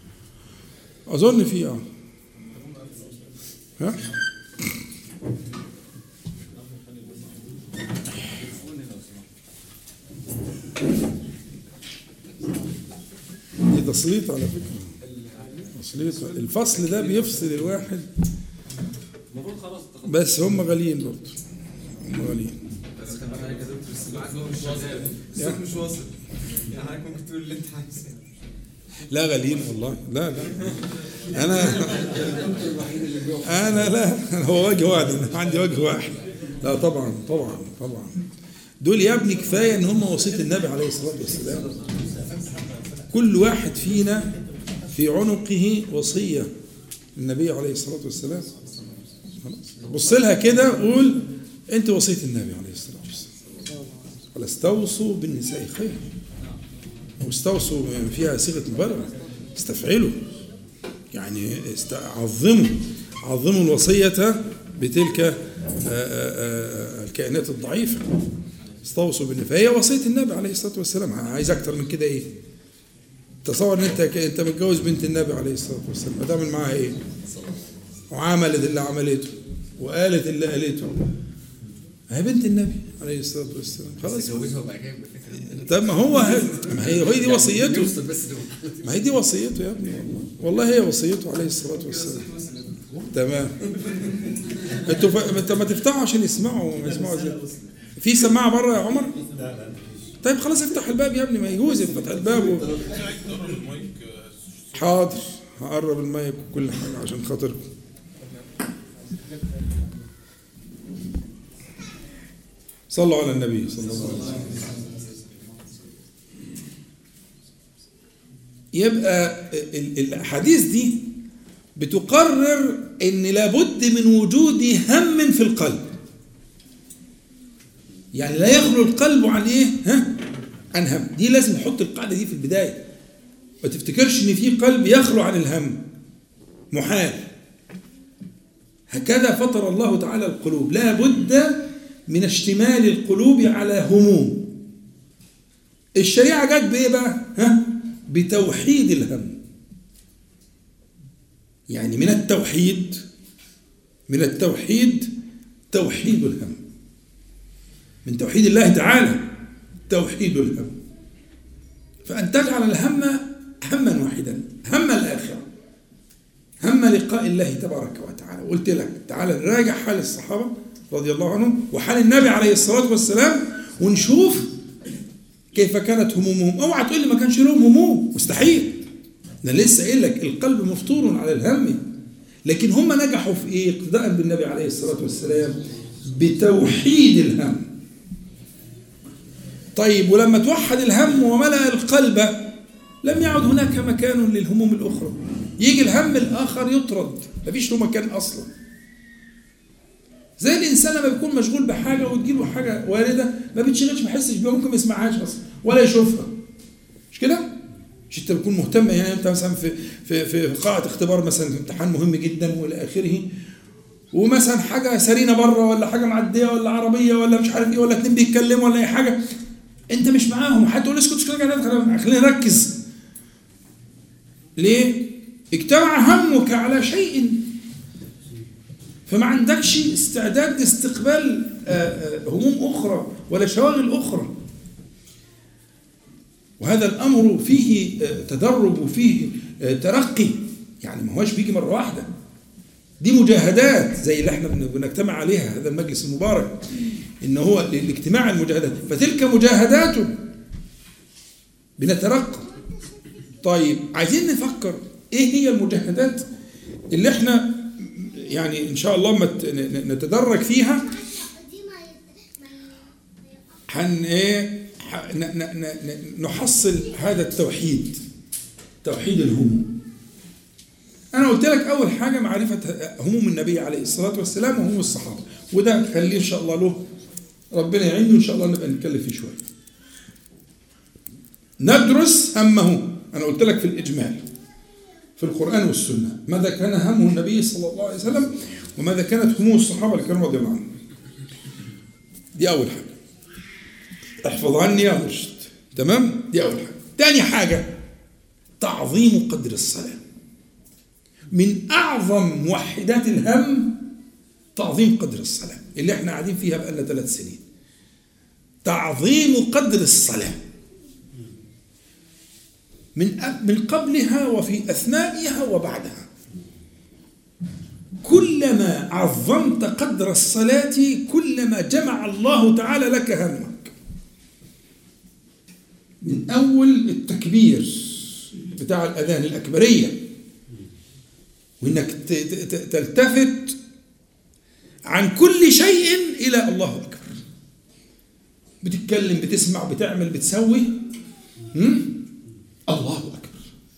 أظن فيه اه ها تسليط على فكرة، تسليط. الفصل ده بيفصل الواحد، المفروض خلاص بس هم غاليين برضه، هم غاليين. بس كمان حاجه كده الصوت مش واصل، الصوت مش واصل يعني حضرتك ممكن تقول اللي انت عايزه. لا غاليين والله، لا لا انا انا لا هو وجه واحد، أنا عندي وجه واحد. لا طبعا طبعا طبعا دول يا ابني كفايه ان هم وصيه النبي عليه الصلاه والسلام. كل واحد فينا في عنقه وصيه النبي عليه الصلاه والسلام. بص لها كده وقول انت وصيه النبي عليه الصلاه والسلام. قال استوصوا بالنساء خير، واستوصوا فيها صيغه مبالغه، استفعلوا يعني عظموا عظموا الوصيه بتلك الكائنات الضعيفه. استوصوا بالنساء، فهي وصيه النبي عليه الصلاه والسلام. عايز اكتر من كده ايه؟ تصور ان انت انت متجوز بنت النبي عليه الصلاه والسلام، هتعمل معاها ايه؟ وعملت اللي عملته وقالت اللي قالته، هي بنت النبي عليه الصلاه والسلام. خلاص طب ما هو ما هي هي دي وصيته، ما هي دي وصيته يا ابني، والله والله هي وصيته عليه الصلاه والسلام. تمام. انتوا ف... انت ما تفتحوا عشان يسمعوا ما يسمعوا ازاي؟ في سماعه بره يا عمر؟ طيب خلاص افتح الباب يا ابني، ما يجوز فتح الباب و... حاضر هقرب المايك وكل حاجه عشان خاطركم. صلوا على النبي صلى الله عليه وسلم. يبقى الأحاديث دي بتقرر ان لابد من وجود هم في القلب، يعني لا يخلو القلب عن ايه؟ ها؟ عن هم. دي لازم نحط القاعده دي في البدايه، ما تفتكرش ان في قلب يخلو عن الهم، محال. هكذا فطر الله تعالى القلوب، لا بد من اشتمال القلوب على هموم. الشريعه جت بايه بقى؟ ها؟ بتوحيد الهم. يعني من التوحيد من التوحيد توحيد الهم، من توحيد الله تعالى توحيد الهم. فأن تجعل الهم هما واحدا، هم الآخرة، هم لقاء الله تبارك وتعالى. قلت لك تعالى نراجع حال الصحابة رضي الله عنهم وحال النبي عليه الصلاة والسلام ونشوف كيف كانت همومهم. اوعى تقول لي ما كانش لهم هموم، مستحيل. انا لسه قايل لك القلب مفطور على الهم، لكن هم نجحوا في ايه؟ اقتداء بالنبي عليه الصلاة والسلام بتوحيد الهم. طيب ولما توحد الهم وملأ القلب لم يعد هناك مكان للهموم الأخرى، يجي الهم الآخر يطرد، مفيش له مكان أصلا. زي الإنسان لما بيكون مشغول بحاجة وتجيله حاجة واردة ما بيتشغلش، ما يحسش بيها، ممكن ما يسمعهاش أصلا ولا يشوفها، مش كده؟ مش أنت بتكون مهتم، يعني أنت مثلا في في في قاعة اختبار مثلا، امتحان مهم جدا وإلى آخره، ومثلا حاجة سرينة بره ولا حاجة معدية ولا عربية ولا مش عارف إيه ولا اتنين بيتكلموا ولا أي حاجة، أنت مش معاهم، هتقول اسكت اسكت خلينا نركز. ليه؟ اجتمع همك على شيء فما عندكش استعداد لاستقبال هموم أخرى ولا شواغل أخرى. وهذا الأمر فيه تدرب وفيه ترقي، يعني ما هوش بيجي مرة واحدة، دي مجاهدات زي اللي احنا بنجتمع عليها هذا المجلس المبارك، إن هو الاجتماع المجاهدات، فتلك مجاهدات بنترقى. طيب عايزين نفكر ايه هي المجاهدات اللي احنا يعني ان شاء الله ما نتدرج فيها، حن ايه نحصل هذا التوحيد، توحيد الهموم. انا قلت لك اول حاجه معرفه هموم النبي عليه الصلاه والسلام وهموم الصحابه، وده خليه ان شاء الله له ربنا يعينه ان شاء الله نبقى نتكلم فيه شويه. ندرس همه. أنا قلت لك في الإجمال في القرآن والسنة ماذا كان همه النبي صلى الله عليه وسلم وماذا كانت هموم الصحابة الكرام رضي الله عنهم. دي أول حاجة، احفظ عني يا مرشد. تمام؟ دي أول حاجة. تاني حاجة تعظيم قدر الصلاة. من أعظم موحدات الهم تعظيم قدر الصلاة اللي احنا قاعدين فيها بقالنا ثلاث سنين. تعظيم قدر الصلاة. من من قبلها وفي أثنائها وبعدها. كلما عظمت قدر الصلاة كلما جمع الله تعالى لك همك. من أول التكبير بتاع الأذان الأكبرية، وإنك تلتفت عن كل شيء إلى الله أكبر. بتتكلم، بتسمع، بتعمل، بتسوي، الله أكبر.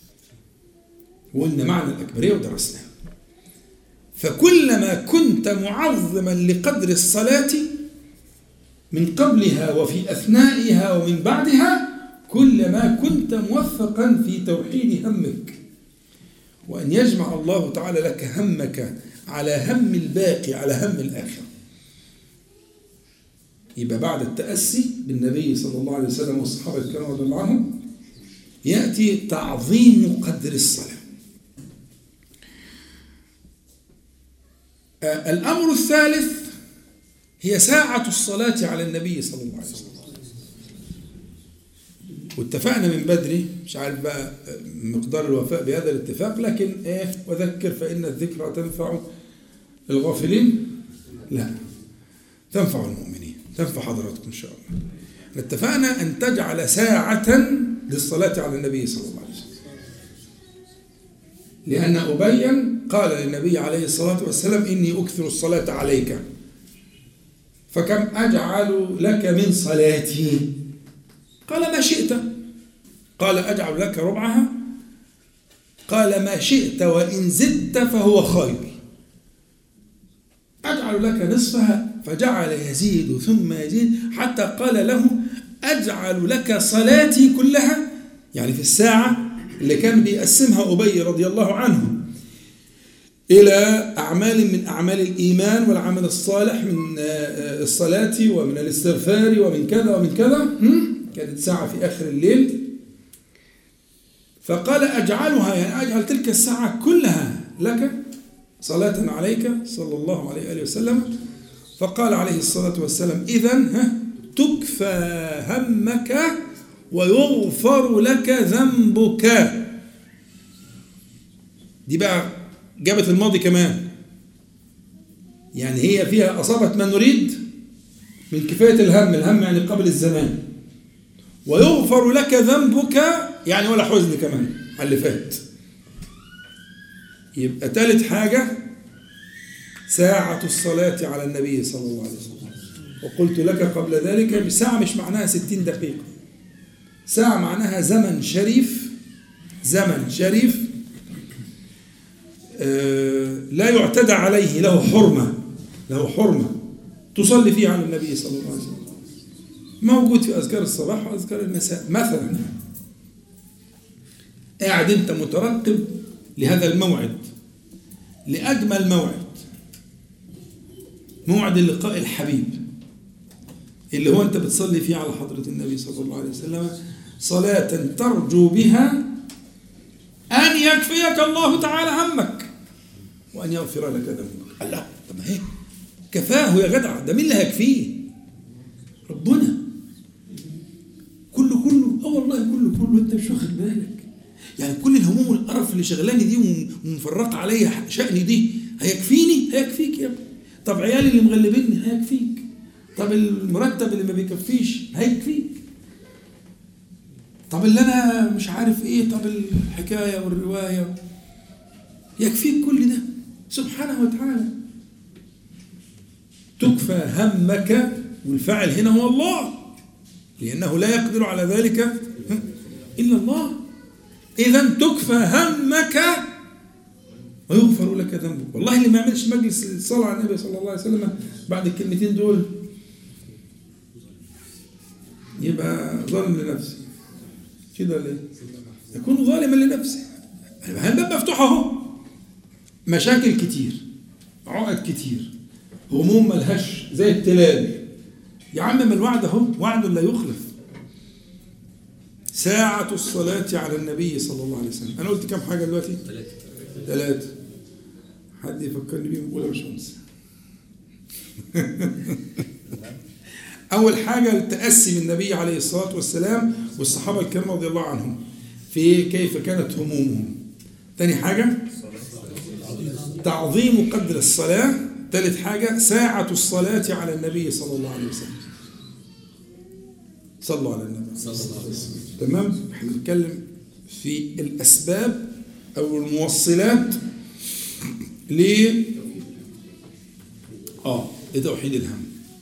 وقلنا معنى الأكبرية ودرسناه. فكلما كنت معظما لقدر الصلاة من قبلها وفي أثنائها ومن بعدها كلما كنت موفقا في توحيد همك، وأن يجمع الله تعالى لك همك على هم الباقي، على هم الآخرة. يبقى بعد التأسي بالنبي صلى الله عليه وسلم والصحابة الكرام رضي الله عنهم يأتي تعظيم قدر الصلاة. الأمر الثالث هي ساعة الصلاة على النبي صلى الله عليه وسلم. واتفقنا من بدري، مش عارف بقى مقدار الوفاء بهذا الاتفاق، لكن ايه، وذكر فإن الذكرى تنفع الغافلين، لا تنفع المؤمنين، تنفع حضراتكم إن شاء الله. اتفقنا أن تجعل ساعة للصلاة على النبي صلى الله عليه وسلم، لأن أبي قال للنبي عليه الصلاة والسلام إني أكثر الصلاة عليك، فكم أجعل لك من صلاتي؟ قال ما شئت. قال أجعل لك ربعها؟ قال ما شئت وإن زدت فهو خير. أجعل لك نصفها، فجعل يزيد ثم يزيد حتى قال له أجعل لك صلاتي كلها، يعني في الساعة اللي كان بيقسمها أبي رضي الله عنه إلى أعمال من أعمال الإيمان والعمل الصالح، من الصلاة ومن الاستغفار ومن كذا ومن كذا، كانت ساعة في آخر الليل. فقال أجعلها، يعني أجعل تلك الساعة كلها لك صلاة عليك صلى الله عليه وآله وسلم. فقال عليه الصلاة والسلام إذن تكفى همك ويغفر لك ذنبك. دي بقى جابت الماضي كمان، يعني هي فيها أصابت ما نريد من كفاية الهم. الهم يعني قبل الزمان. ويغفر لك ذنبك يعني ولا حزن كمان على اللي فات. يبقى ثالث حاجة ساعة الصلاة على النبي صلى الله عليه وسلم. وقلت لك قبل ذلك ساعة مش معناها ستين دقيقة، ساعة معناها زمن شريف، زمن شريف آه لا يعتدى عليه، له حرمة، له حرمة تصلي فيه على النبي صلى الله عليه وسلم. موجود في أذكار الصباح وأذكار المساء. مثلا قاعد أنت مترقب لهذا الموعد، لأجمل موعد، موعد اللقاء الحبيب اللي هو أنت بتصلي فيه على حضرة النبي صلى الله عليه وسلم صلاة ترجو بها أن يكفيك الله تعالى همك وأن يغفر لك ذنبك. الله، طب ما هي كفاه يا جدع، ده مين اللي هيكفيه؟ ربنا. كله كله اه والله كله كله انت مش واخد بالك. يعني كل الهموم والقرف اللي شغلاني دي ومفرقه عليا شأني دي هيكفيني؟ هيكفيك يا ابني. طب عيالي اللي مغلبيني هيكفيك. طب المرتب اللي ما بيكفيش هيكفيك. طب اللي انا مش عارف ايه، طب الحكايه والروايه، يكفيك كل ده سبحانه وتعالى. تكفى همك، والفاعل هنا هو الله، لأنه لا يقدر على ذلك إلا الله. إذن تكفى همك ويغفر لك ذنبك. والله اللي ما يعملش مجلس الصلاة على النبي صلى الله عليه وسلم بعد الكلمتين دول يبقى ظالم لنفسه. كده ليه؟ يكون ظالما لنفسه. الباب مفتوح اهو، مشاكل كتير، عقد كتير، هموم ملهاش زي التلال. يا عم ما الوعد اهو، وعد لا يخلف. ساعة الصلاة على النبي صلى الله عليه وسلم. أنا قلت كم حاجة دلوقتي؟ ثلاثة. ثلاثة. حد يفكرني بيهم ولا مش هنسى؟ أول حاجة التأسي بالنبي عليه الصلاة والسلام والصحابة الكرام رضي الله عنهم. في كيف كانت همومهم. تاني حاجة تعظيم قدر الصلاة. ثالث حاجة ساعة الصلاة على النبي صلى الله عليه وسلم. صلوا على النبي صلى الله عليه وسلم. تمام. احنا بنتكلم في الأسباب أو الموصلات ل آه لتوحيد الهم.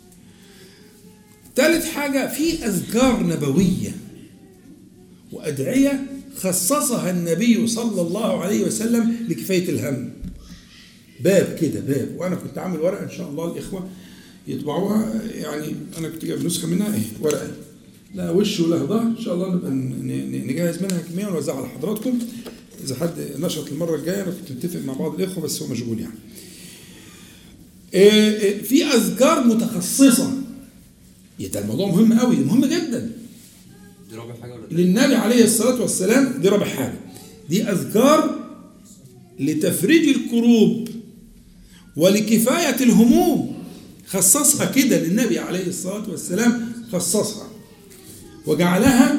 ثالث حاجة في أذكار نبوية وأدعية خصصها النبي صلى الله عليه وسلم لكفاية الهم. باب كده باب، وأنا كنت عامل ورقة إن شاء الله الإخوة يطبعوها، يعني أنا كنت جايب نسخة منها إيه ورقة لا وش ولا ظهر، إن شاء الله نبقى نجهز منها كمية ونوزعها على حضراتكم إذا حد نشط المرة الجاية. أنا كنت متفق مع بعض الإخوة بس هو مشغول يعني. في أذكار متخصصة، ده الموضوع مهم قوي، مهم جدا. دي رابع حاجة ولا للنبي عليه الصلاة والسلام. دي رابع حاجة، دي أذكار لتفريج الكروب ولكفاية الهموم، خصصها كده للنبي عليه الصلاة والسلام، خصصها وجعلها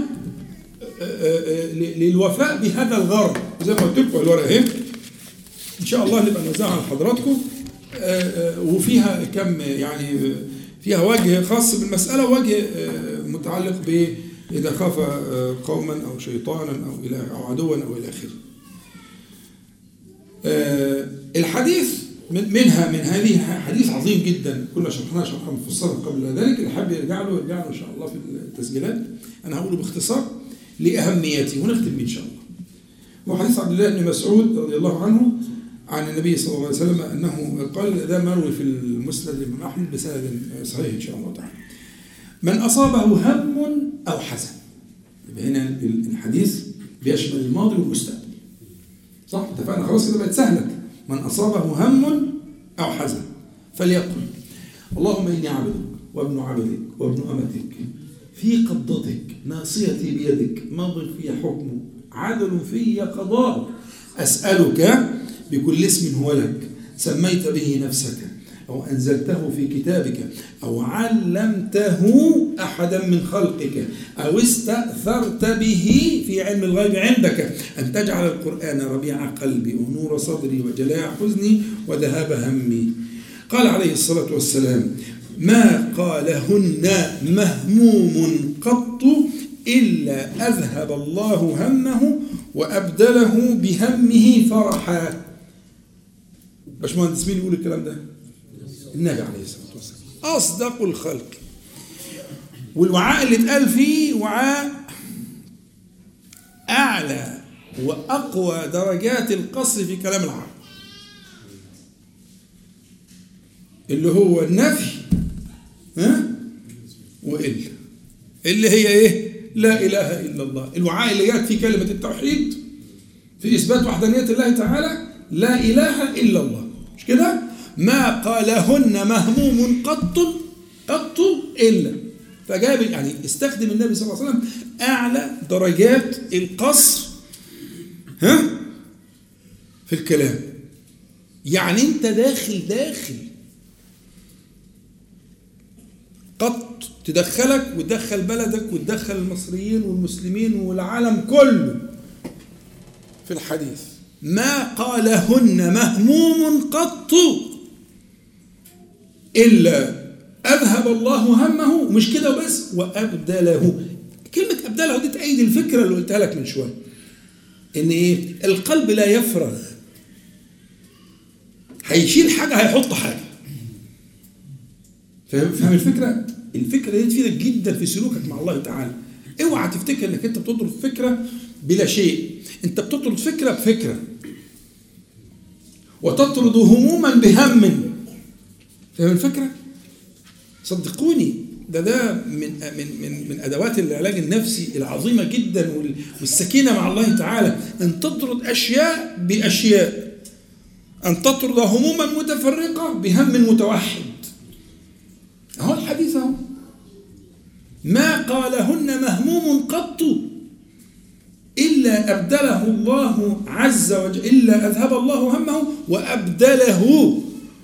للوفاء بهذا الغرض. زي ما قلت لكم الورقة اهي إن شاء الله نبقى نوزعها على حضراتكم، وفيها كم يعني فيها وجه خاص بالمسألة ووجه متعلق ب إذا خاف قوما أو شيطانا أو إلى أو عدوا أو إلى آخره. الحديث منها من هذه حديث عظيم جدا كنا شرحناه شرحا مفصلا قبل ذلك، اللي حابب يرجع له يرجع له إن شاء الله في التسجيلات. أنا هقوله باختصار لأهميته ونختم إن شاء الله. وحديث عبد الله بن مسعود رضي الله عنه عن النبي صلى الله عليه وسلم أنه قال، ده مروي في المسند الإمام أحمد بسند صحيح إن شاء الله تعالى: من أصابه هم أو حزن. هنا الحديث بيشمل الماضي والمستقبل، صح؟ اتفقنا خلاص كده بقت سهلة. من أصابه هم أو حزن فليقل: اللهم إني عبدك وابن عبدك وابن أمتك في قبضتك ناصيتي بيدك ماض في حكمك عدل في قضاءك أسألك بكل اسم هو لك سميت به نفسك أو أنزلته في كتابك أو علمته أحدا من خلقك أو استأثرت به في علم الغيب عندك أن تجعل القرآن ربيع قلبي ونور صدري وجلاء حزني وذهاب همي. قال عليه الصلاة والسلام: ما قالهن مهموم قط إلا أذهب الله همه وأبدله بهمه فرحا. باشمهندس مين يقول الكلام ده؟ النبي عليه الصلاة والسلام، أصدق الخلق. والوعاء اللي اتقال فيه وعاء أعلى وأقوى درجات القصر في كلام العرب، اللي هو النفي ها وإلا، اللي هي إيه؟ لا إله إلا الله. الوعاء اللي جاءت في كلمة التوحيد في إثبات وحدانية الله تعالى، لا إله إلا الله، مش كده؟ ما قالهن مهموم قط قط إلا، فجاب يعني استخدم النبي صلى الله عليه وسلم أعلى درجات القصر ها في الكلام. يعني أنت داخل داخل قط تدخلك وتدخل بلدك وتدخل المصريين والمسلمين والعالم كله في الحديث. ما قالهن مهموم قط إلا أذهب الله همه، مش كده وبس، وأبدله. كلمة أبدله دي تأيد الفكرة اللي قلتها لك من شوية، إن إيه؟ القلب لا يفرغ، هيشيل حاجة هيحط حاجة. فاهم فاهم الفكرة؟ الفكرة دي تفيدك جدا في سلوكك مع الله تعالى. اوعى تفتكر انك انت بتطرد فكرة بلا شيء، انت بتطرد فكرة بفكرة، وتطرد هموما بهم. فاهم الفكرة؟ صدقوني ده ده من من من من ادوات العلاج النفسي العظيمة جدا والسكينة مع الله تعالى، ان تطرد اشياء باشياء، ان تطرد هموما متفرقة بهم متوحد. اهو الحديث اهو: ما قالهن مهموم قط إلا أبدله الله عز وجل، إلا أذهب الله همه وأبدله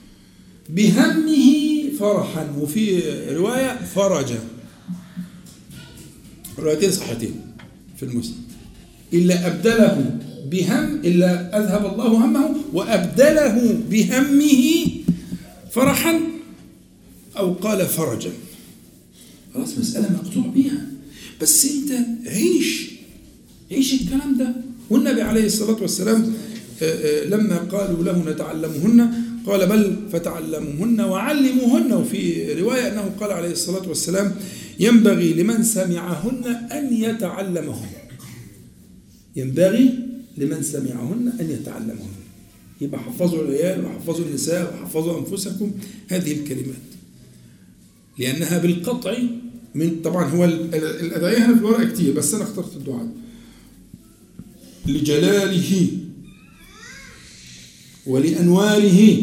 بهمه فرحا، وفي رواية فرجا، روايتين صحتين في المسلم. إلا أبدله بهم إلا أذهب الله همه وأبدله بهمه فرحا، أو قال فرجا. خلاص مسألة مقطوع بيها، بس أنت عيش عيش الكلام ده. والنبي عليه الصلاة والسلام لما قالوا له نتعلمهن قال بل فتعلموهن وعلموهن. وفي رواية أنه قال عليه الصلاة والسلام ينبغي لمن سمعهن أن يتعلمهن، ينبغي لمن سمعهن أن يتعلمهن. يبقى حفظوا العيال وحفظوا النساء وحفظوا أنفسكم هذه الكلمات، لأنها بالقطع من طبعا هو الأدعية هنا في الورقة كتير، بس أنا اخترت الدعاء لجلاله ولأنواره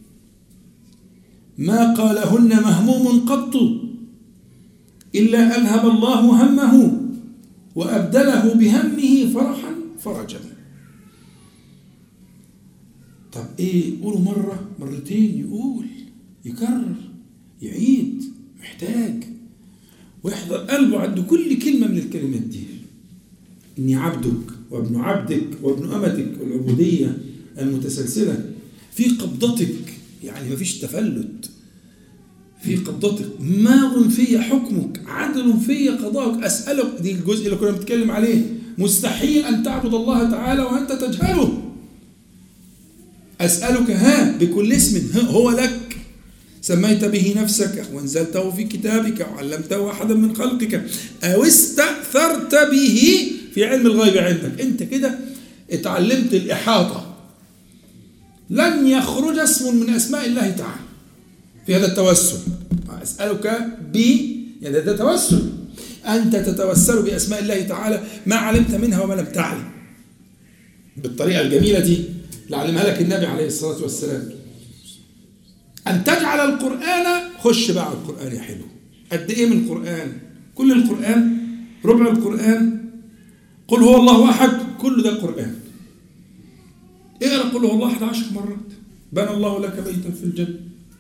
ما قالهن مهموم قط إلا أذهب الله همه وأبدله بهمه فرحا فرجا. طب إيه؟ قولوا مرة مرتين، يقول يكرر يعيد، محتاج ويحضر قلبه عند كل كلمة من الكلمات دي. إني عبدك وابن عبدك وابن أمتك، والعبودية المتسلسلة في قبضتك، يعني ما فيش تفلت في قبضتك، ماض في حكمك عدل في قضاءك. أسألك، دي الجزء اللي كنا بنتكلم عليه، مستحيل أن تعبد الله تعالى وأنت تجهله. أسألك ها بكل اسم هو لك سميت به نفسك وانزلته في كتابك وعلمته أحدا من خلقك أو استأثرت به في علم الغيب عندك. أنت كده اتعلمت الإحاطة، لن يخرج اسم من أسماء الله تعالى في هذا التوسل. أسألك ب يعني ده توسل، أنت تتوسل بأسماء الله تعالى ما علمت منها وما لم تعلم، بالطريقة الجميلة دي اللي علمها لك النبي عليه الصلاة والسلام. أن تجعل القرآن، خش بقى على القرآن يا حلو. قد إيه من القرآن؟ كل القرآن، ربع القرآن، قل هو الله أحد، كل ده قرآن. اقرأ قل هو الله أحد عشر مرات، بنى الله لك بيتا في الجنة،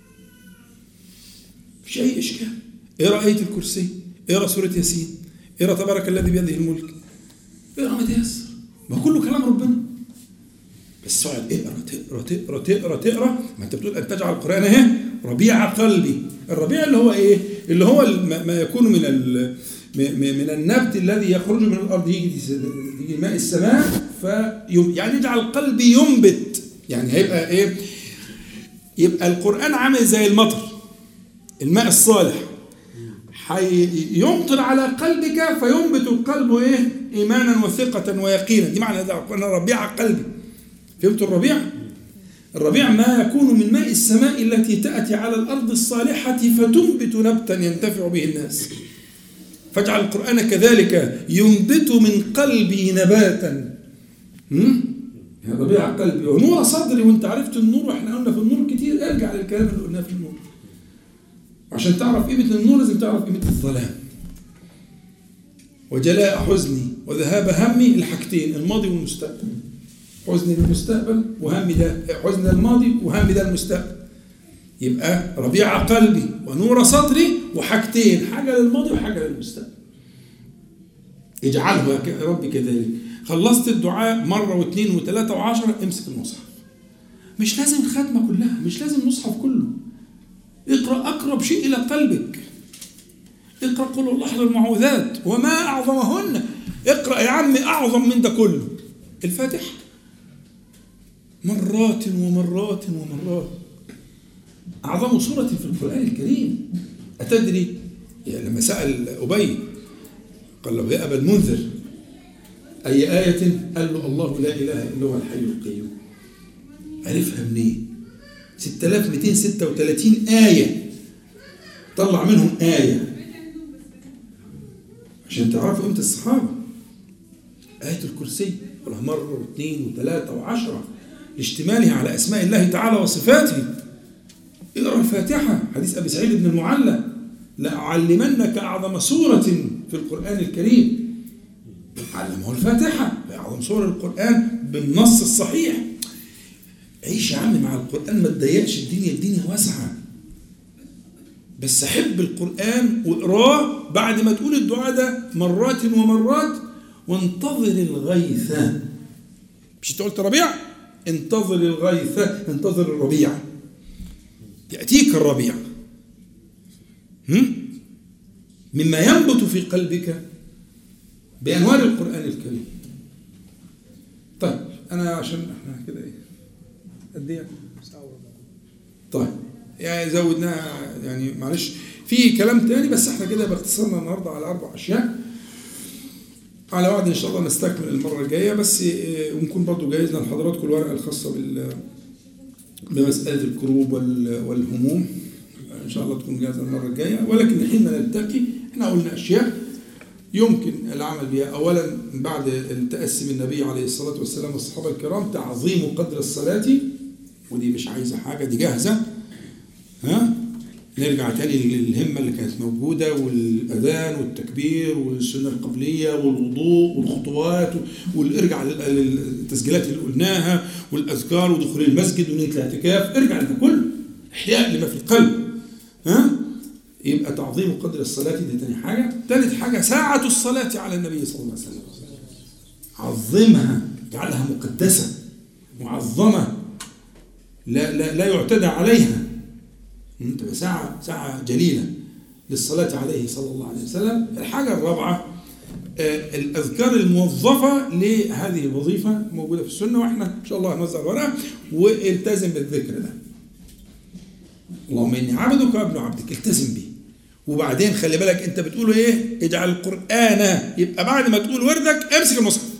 مفيش أي إشكال. اقرأ آية الكرسي، اقرأ سورة ياسين، اقرأ تبارك الذي بيده الملك، اقرأ ما تيسر، ما كله كلام ربنا. بس اقعد اقرا تقرا تقرا تقرا تقرا. ما انت بتقول ان تجعل القرآن اهي ربيع قلبي. الربيع اللي هو ايه؟ اللي هو ما يكون من من النبت الذي يخرج من الارض، يجي يجي ماء السماء في يعني يجعل قلبي ينبت. يعني هيبقى ايه؟ يبقى القرآن عامل زي المطر، الماء الصالح يمطر على قلبك فينبت القلب ايه؟ ايمانا وثقة ويقينا. دي معنى ده القرآن ربيع قلبي. فهمت الربيع؟ الربيع ما يكون من ماء السماء التي تأتي على الأرض الصالحة فتنبت نبتا ينتفع به الناس. فاجعل القرآن كذلك ينبت من قلبي نباتا. يا ربيع قلبي ونور صدري. وانت عرفت النور، واحنا قلنا في النور كتير، ارجع للكلام اللي قلناه في النور. عشان تعرف قيمة النور لازم تعرف قيمة الظلام. وجلاء حزني وذهاب همي، الحاجتين الماضي والمستقبل. حزن للمستقبل وهم ده، حزن الماضي وهم ده المستقبل. يبقى ربيع قلبي ونور صدري وحاجتين، حاجة للماضي وحاجة للمستقبل. اجعله يا ربي كذلك. خلصت الدعاء مرة واثنين وثلاثة وعشرة، امسك المصحف. مش لازم الختمة كلها، مش لازم المصحف كله. اقرأ أقرب شيء إلى قلبك. اقرأ قل الله أحد المعوذات وما أعظمهن. اقرأ يا عمي أعظم من ده كله الفاتحة، مرات ومرات ومرات. أعظم سورة في القرآن الكريم. أتدري يعني لما سأل أبي قال له يا أبا المنذر أي آية؟ قال له الله لا إله إلا هو الحي القيوم. عرفها منين؟ ستة آلاف ومئتين وستة وثلاثين آية، طلع منهم آية عشان تعرفوا قيمة الصحابة. آية الكرسي قالها مرة واثنين وثلاثة وعشرة لاشتمالها على أسماء الله تعالى وصفاته. اقرأ الفاتحة، حديث أبي سعيد بن المعلى لأعلمنك أعظم سورة في القرآن الكريم. علمه الفاتحة، أعظم سورة القرآن بالنص الصحيح. عيش يا عم مع القرآن، ما تضيقش الدنيا، الدنيا واسعة. بس حب القرآن واقراه بعد ما تقول الدعاء ده مرات ومرات، وانتظر الغيث. مش انت قلت ربيع؟ انتظر الغيث، انتظر الربيع، يأتيك الربيع مما ينبت في قلبك بأنوار القرآن الكريم. طيب أنا عشان احنا كده ايه قد ايه؟ طيب يعني زودناها يعني معلش في كلام تاني، بس احنا كده باختصرنا النهارده على أربع أشياء. على وعد إن شاء الله نستكمل المرة الجاية، بس ونكون برضو جاهزنا لحضراتكم الورقة الخاصة بال بمسألة الكروب والهموم إن شاء الله تكون جاهزة المرة الجاية. ولكن حين نلتقي احنا قلنا أشياء يمكن العمل بها. أولا بعد التأسي بالنبي عليه الصلاة والسلام والصحابة الكرام تعظيم قدر الصلاة، ودي مش عايزة حاجة، دي جاهزة. ها نرجع تاني للهمة اللي كانت موجودة، والأذان والتكبير والسنة القبلية والوضوء والخطوات، وارجع للتسجيلات اللي قلناها والأذكار ودخول المسجد ونية الاعتكاف، ارجع لده كله إحياء لما في القلب. ها يبقى تعظيم قدر الصلاة دي تاني حاجة. ثالث حاجة ساعة الصلاة على النبي صلى الله عليه وسلم، عظمها، اجعلها مقدسة معظمة لا لا لا يعتدى عليها. تبقى ساعة ساعة جليلة للصلاة عليه صلى الله عليه وسلم. الحاجة الرابعة آه الأذكار الموظفة لهذه الوظيفة موجودة في السنة، وإحنا إن شاء الله هنوزع الورقة والتزم بالذكر ده. اللهم إني عبدك وابن عبدك، التزم بيه. وبعدين خلي بالك أنت بتقوله إيه؟ اجعل القرآن، يبقى بعد ما تقول وردك امسك المصحف.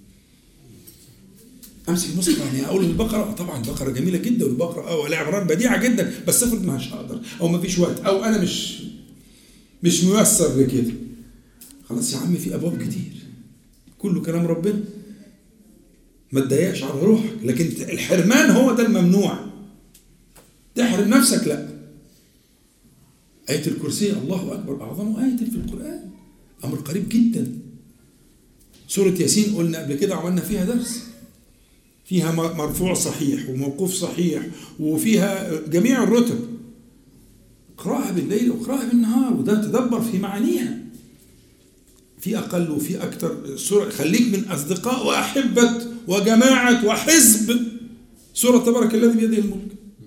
امسك المصحف يعني اقول البقره، طبعا البقره جميله جدا، والبقره اه والعمران بديعه جدا، بس افرض مش هقدر او ما فيش وقت او انا مش مش ميسر لكده، خلاص يا عم في ابواب كتير، كله كلام ربنا، ما تضايقش على روحك. لكن الحرمان هو ده الممنوع، تحرم نفسك لا. آية الكرسي الله أكبر أعظم آية في القرآن، أمر قريب جدا. سورة ياسين قلنا قبل كده عملنا فيها درس، فيها مرفوع صحيح وموقوف صحيح وفيها جميع الرتب. اقرأها بالليل واقرأها بالنهار، وده تدبر في معانيها، في أقل وفي أكثر. سورة خليك من أصدقاء وأحبة وجماعة وحزب سورة تبارك الذي بيده الملك،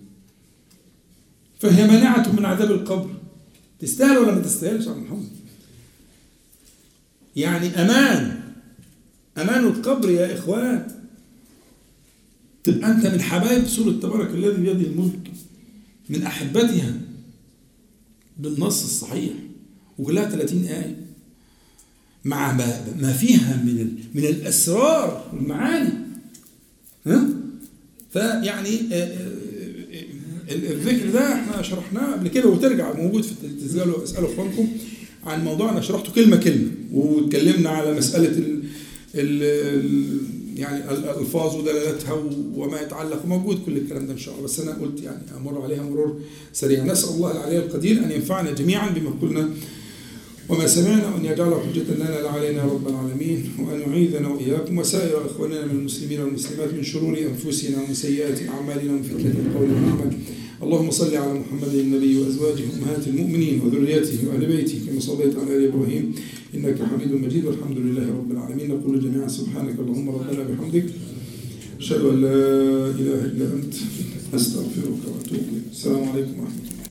فهي مانعة من عذاب القبر. تستاهل ولا ما تستاهلش عن محمد؟ يعني أمان، أمان القبر يا إخوان. تبقى أنت من حبايب سورة تبارك الذي بيده الملك، من أحبتها بالنص الصحيح، وكلها ثلاثين آية مع ما فيها من من الأسرار والمعاني. ها؟ فيعني الذكر ده احنا شرحناه قبل كده، وترجع موجود في التسجيل، واسألوا اخوانكم عن موضوع انا شرحته كلمة كلمة، واتكلمنا على مسألة ال ال يعني الألفاظ ودلالتها وما يتعلق، موجود كل الكلام ده إن شاء الله، بس أنا قلت يعني أمر عليها مرور سريع. نسأل الله العلي القدير أن ينفعنا جميعا بما قلنا وما سمعنا، وأن يجعل حجة لنا لا علينا يا رب العالمين، وأن يعيذنا وإياكم وسائر إخواننا من المسلمين والمسلمات من شرور أنفسنا ومن سيئات أعمالنا ومن فتنة القول والعمل. اللهم صل على محمد النبي وأزواجه أمهات المؤمنين وذريته وأهل بيته كما صليت على آل إبراهيم إنك حميد مجيد، والحمد لله رب العالمين. نقول جميعا سبحانك اللهم ربنا بحمدك، أشهد أن لا إله إلا أنت، أستغفرك وأتوب إليك. السلام عليكم ورحمة الله.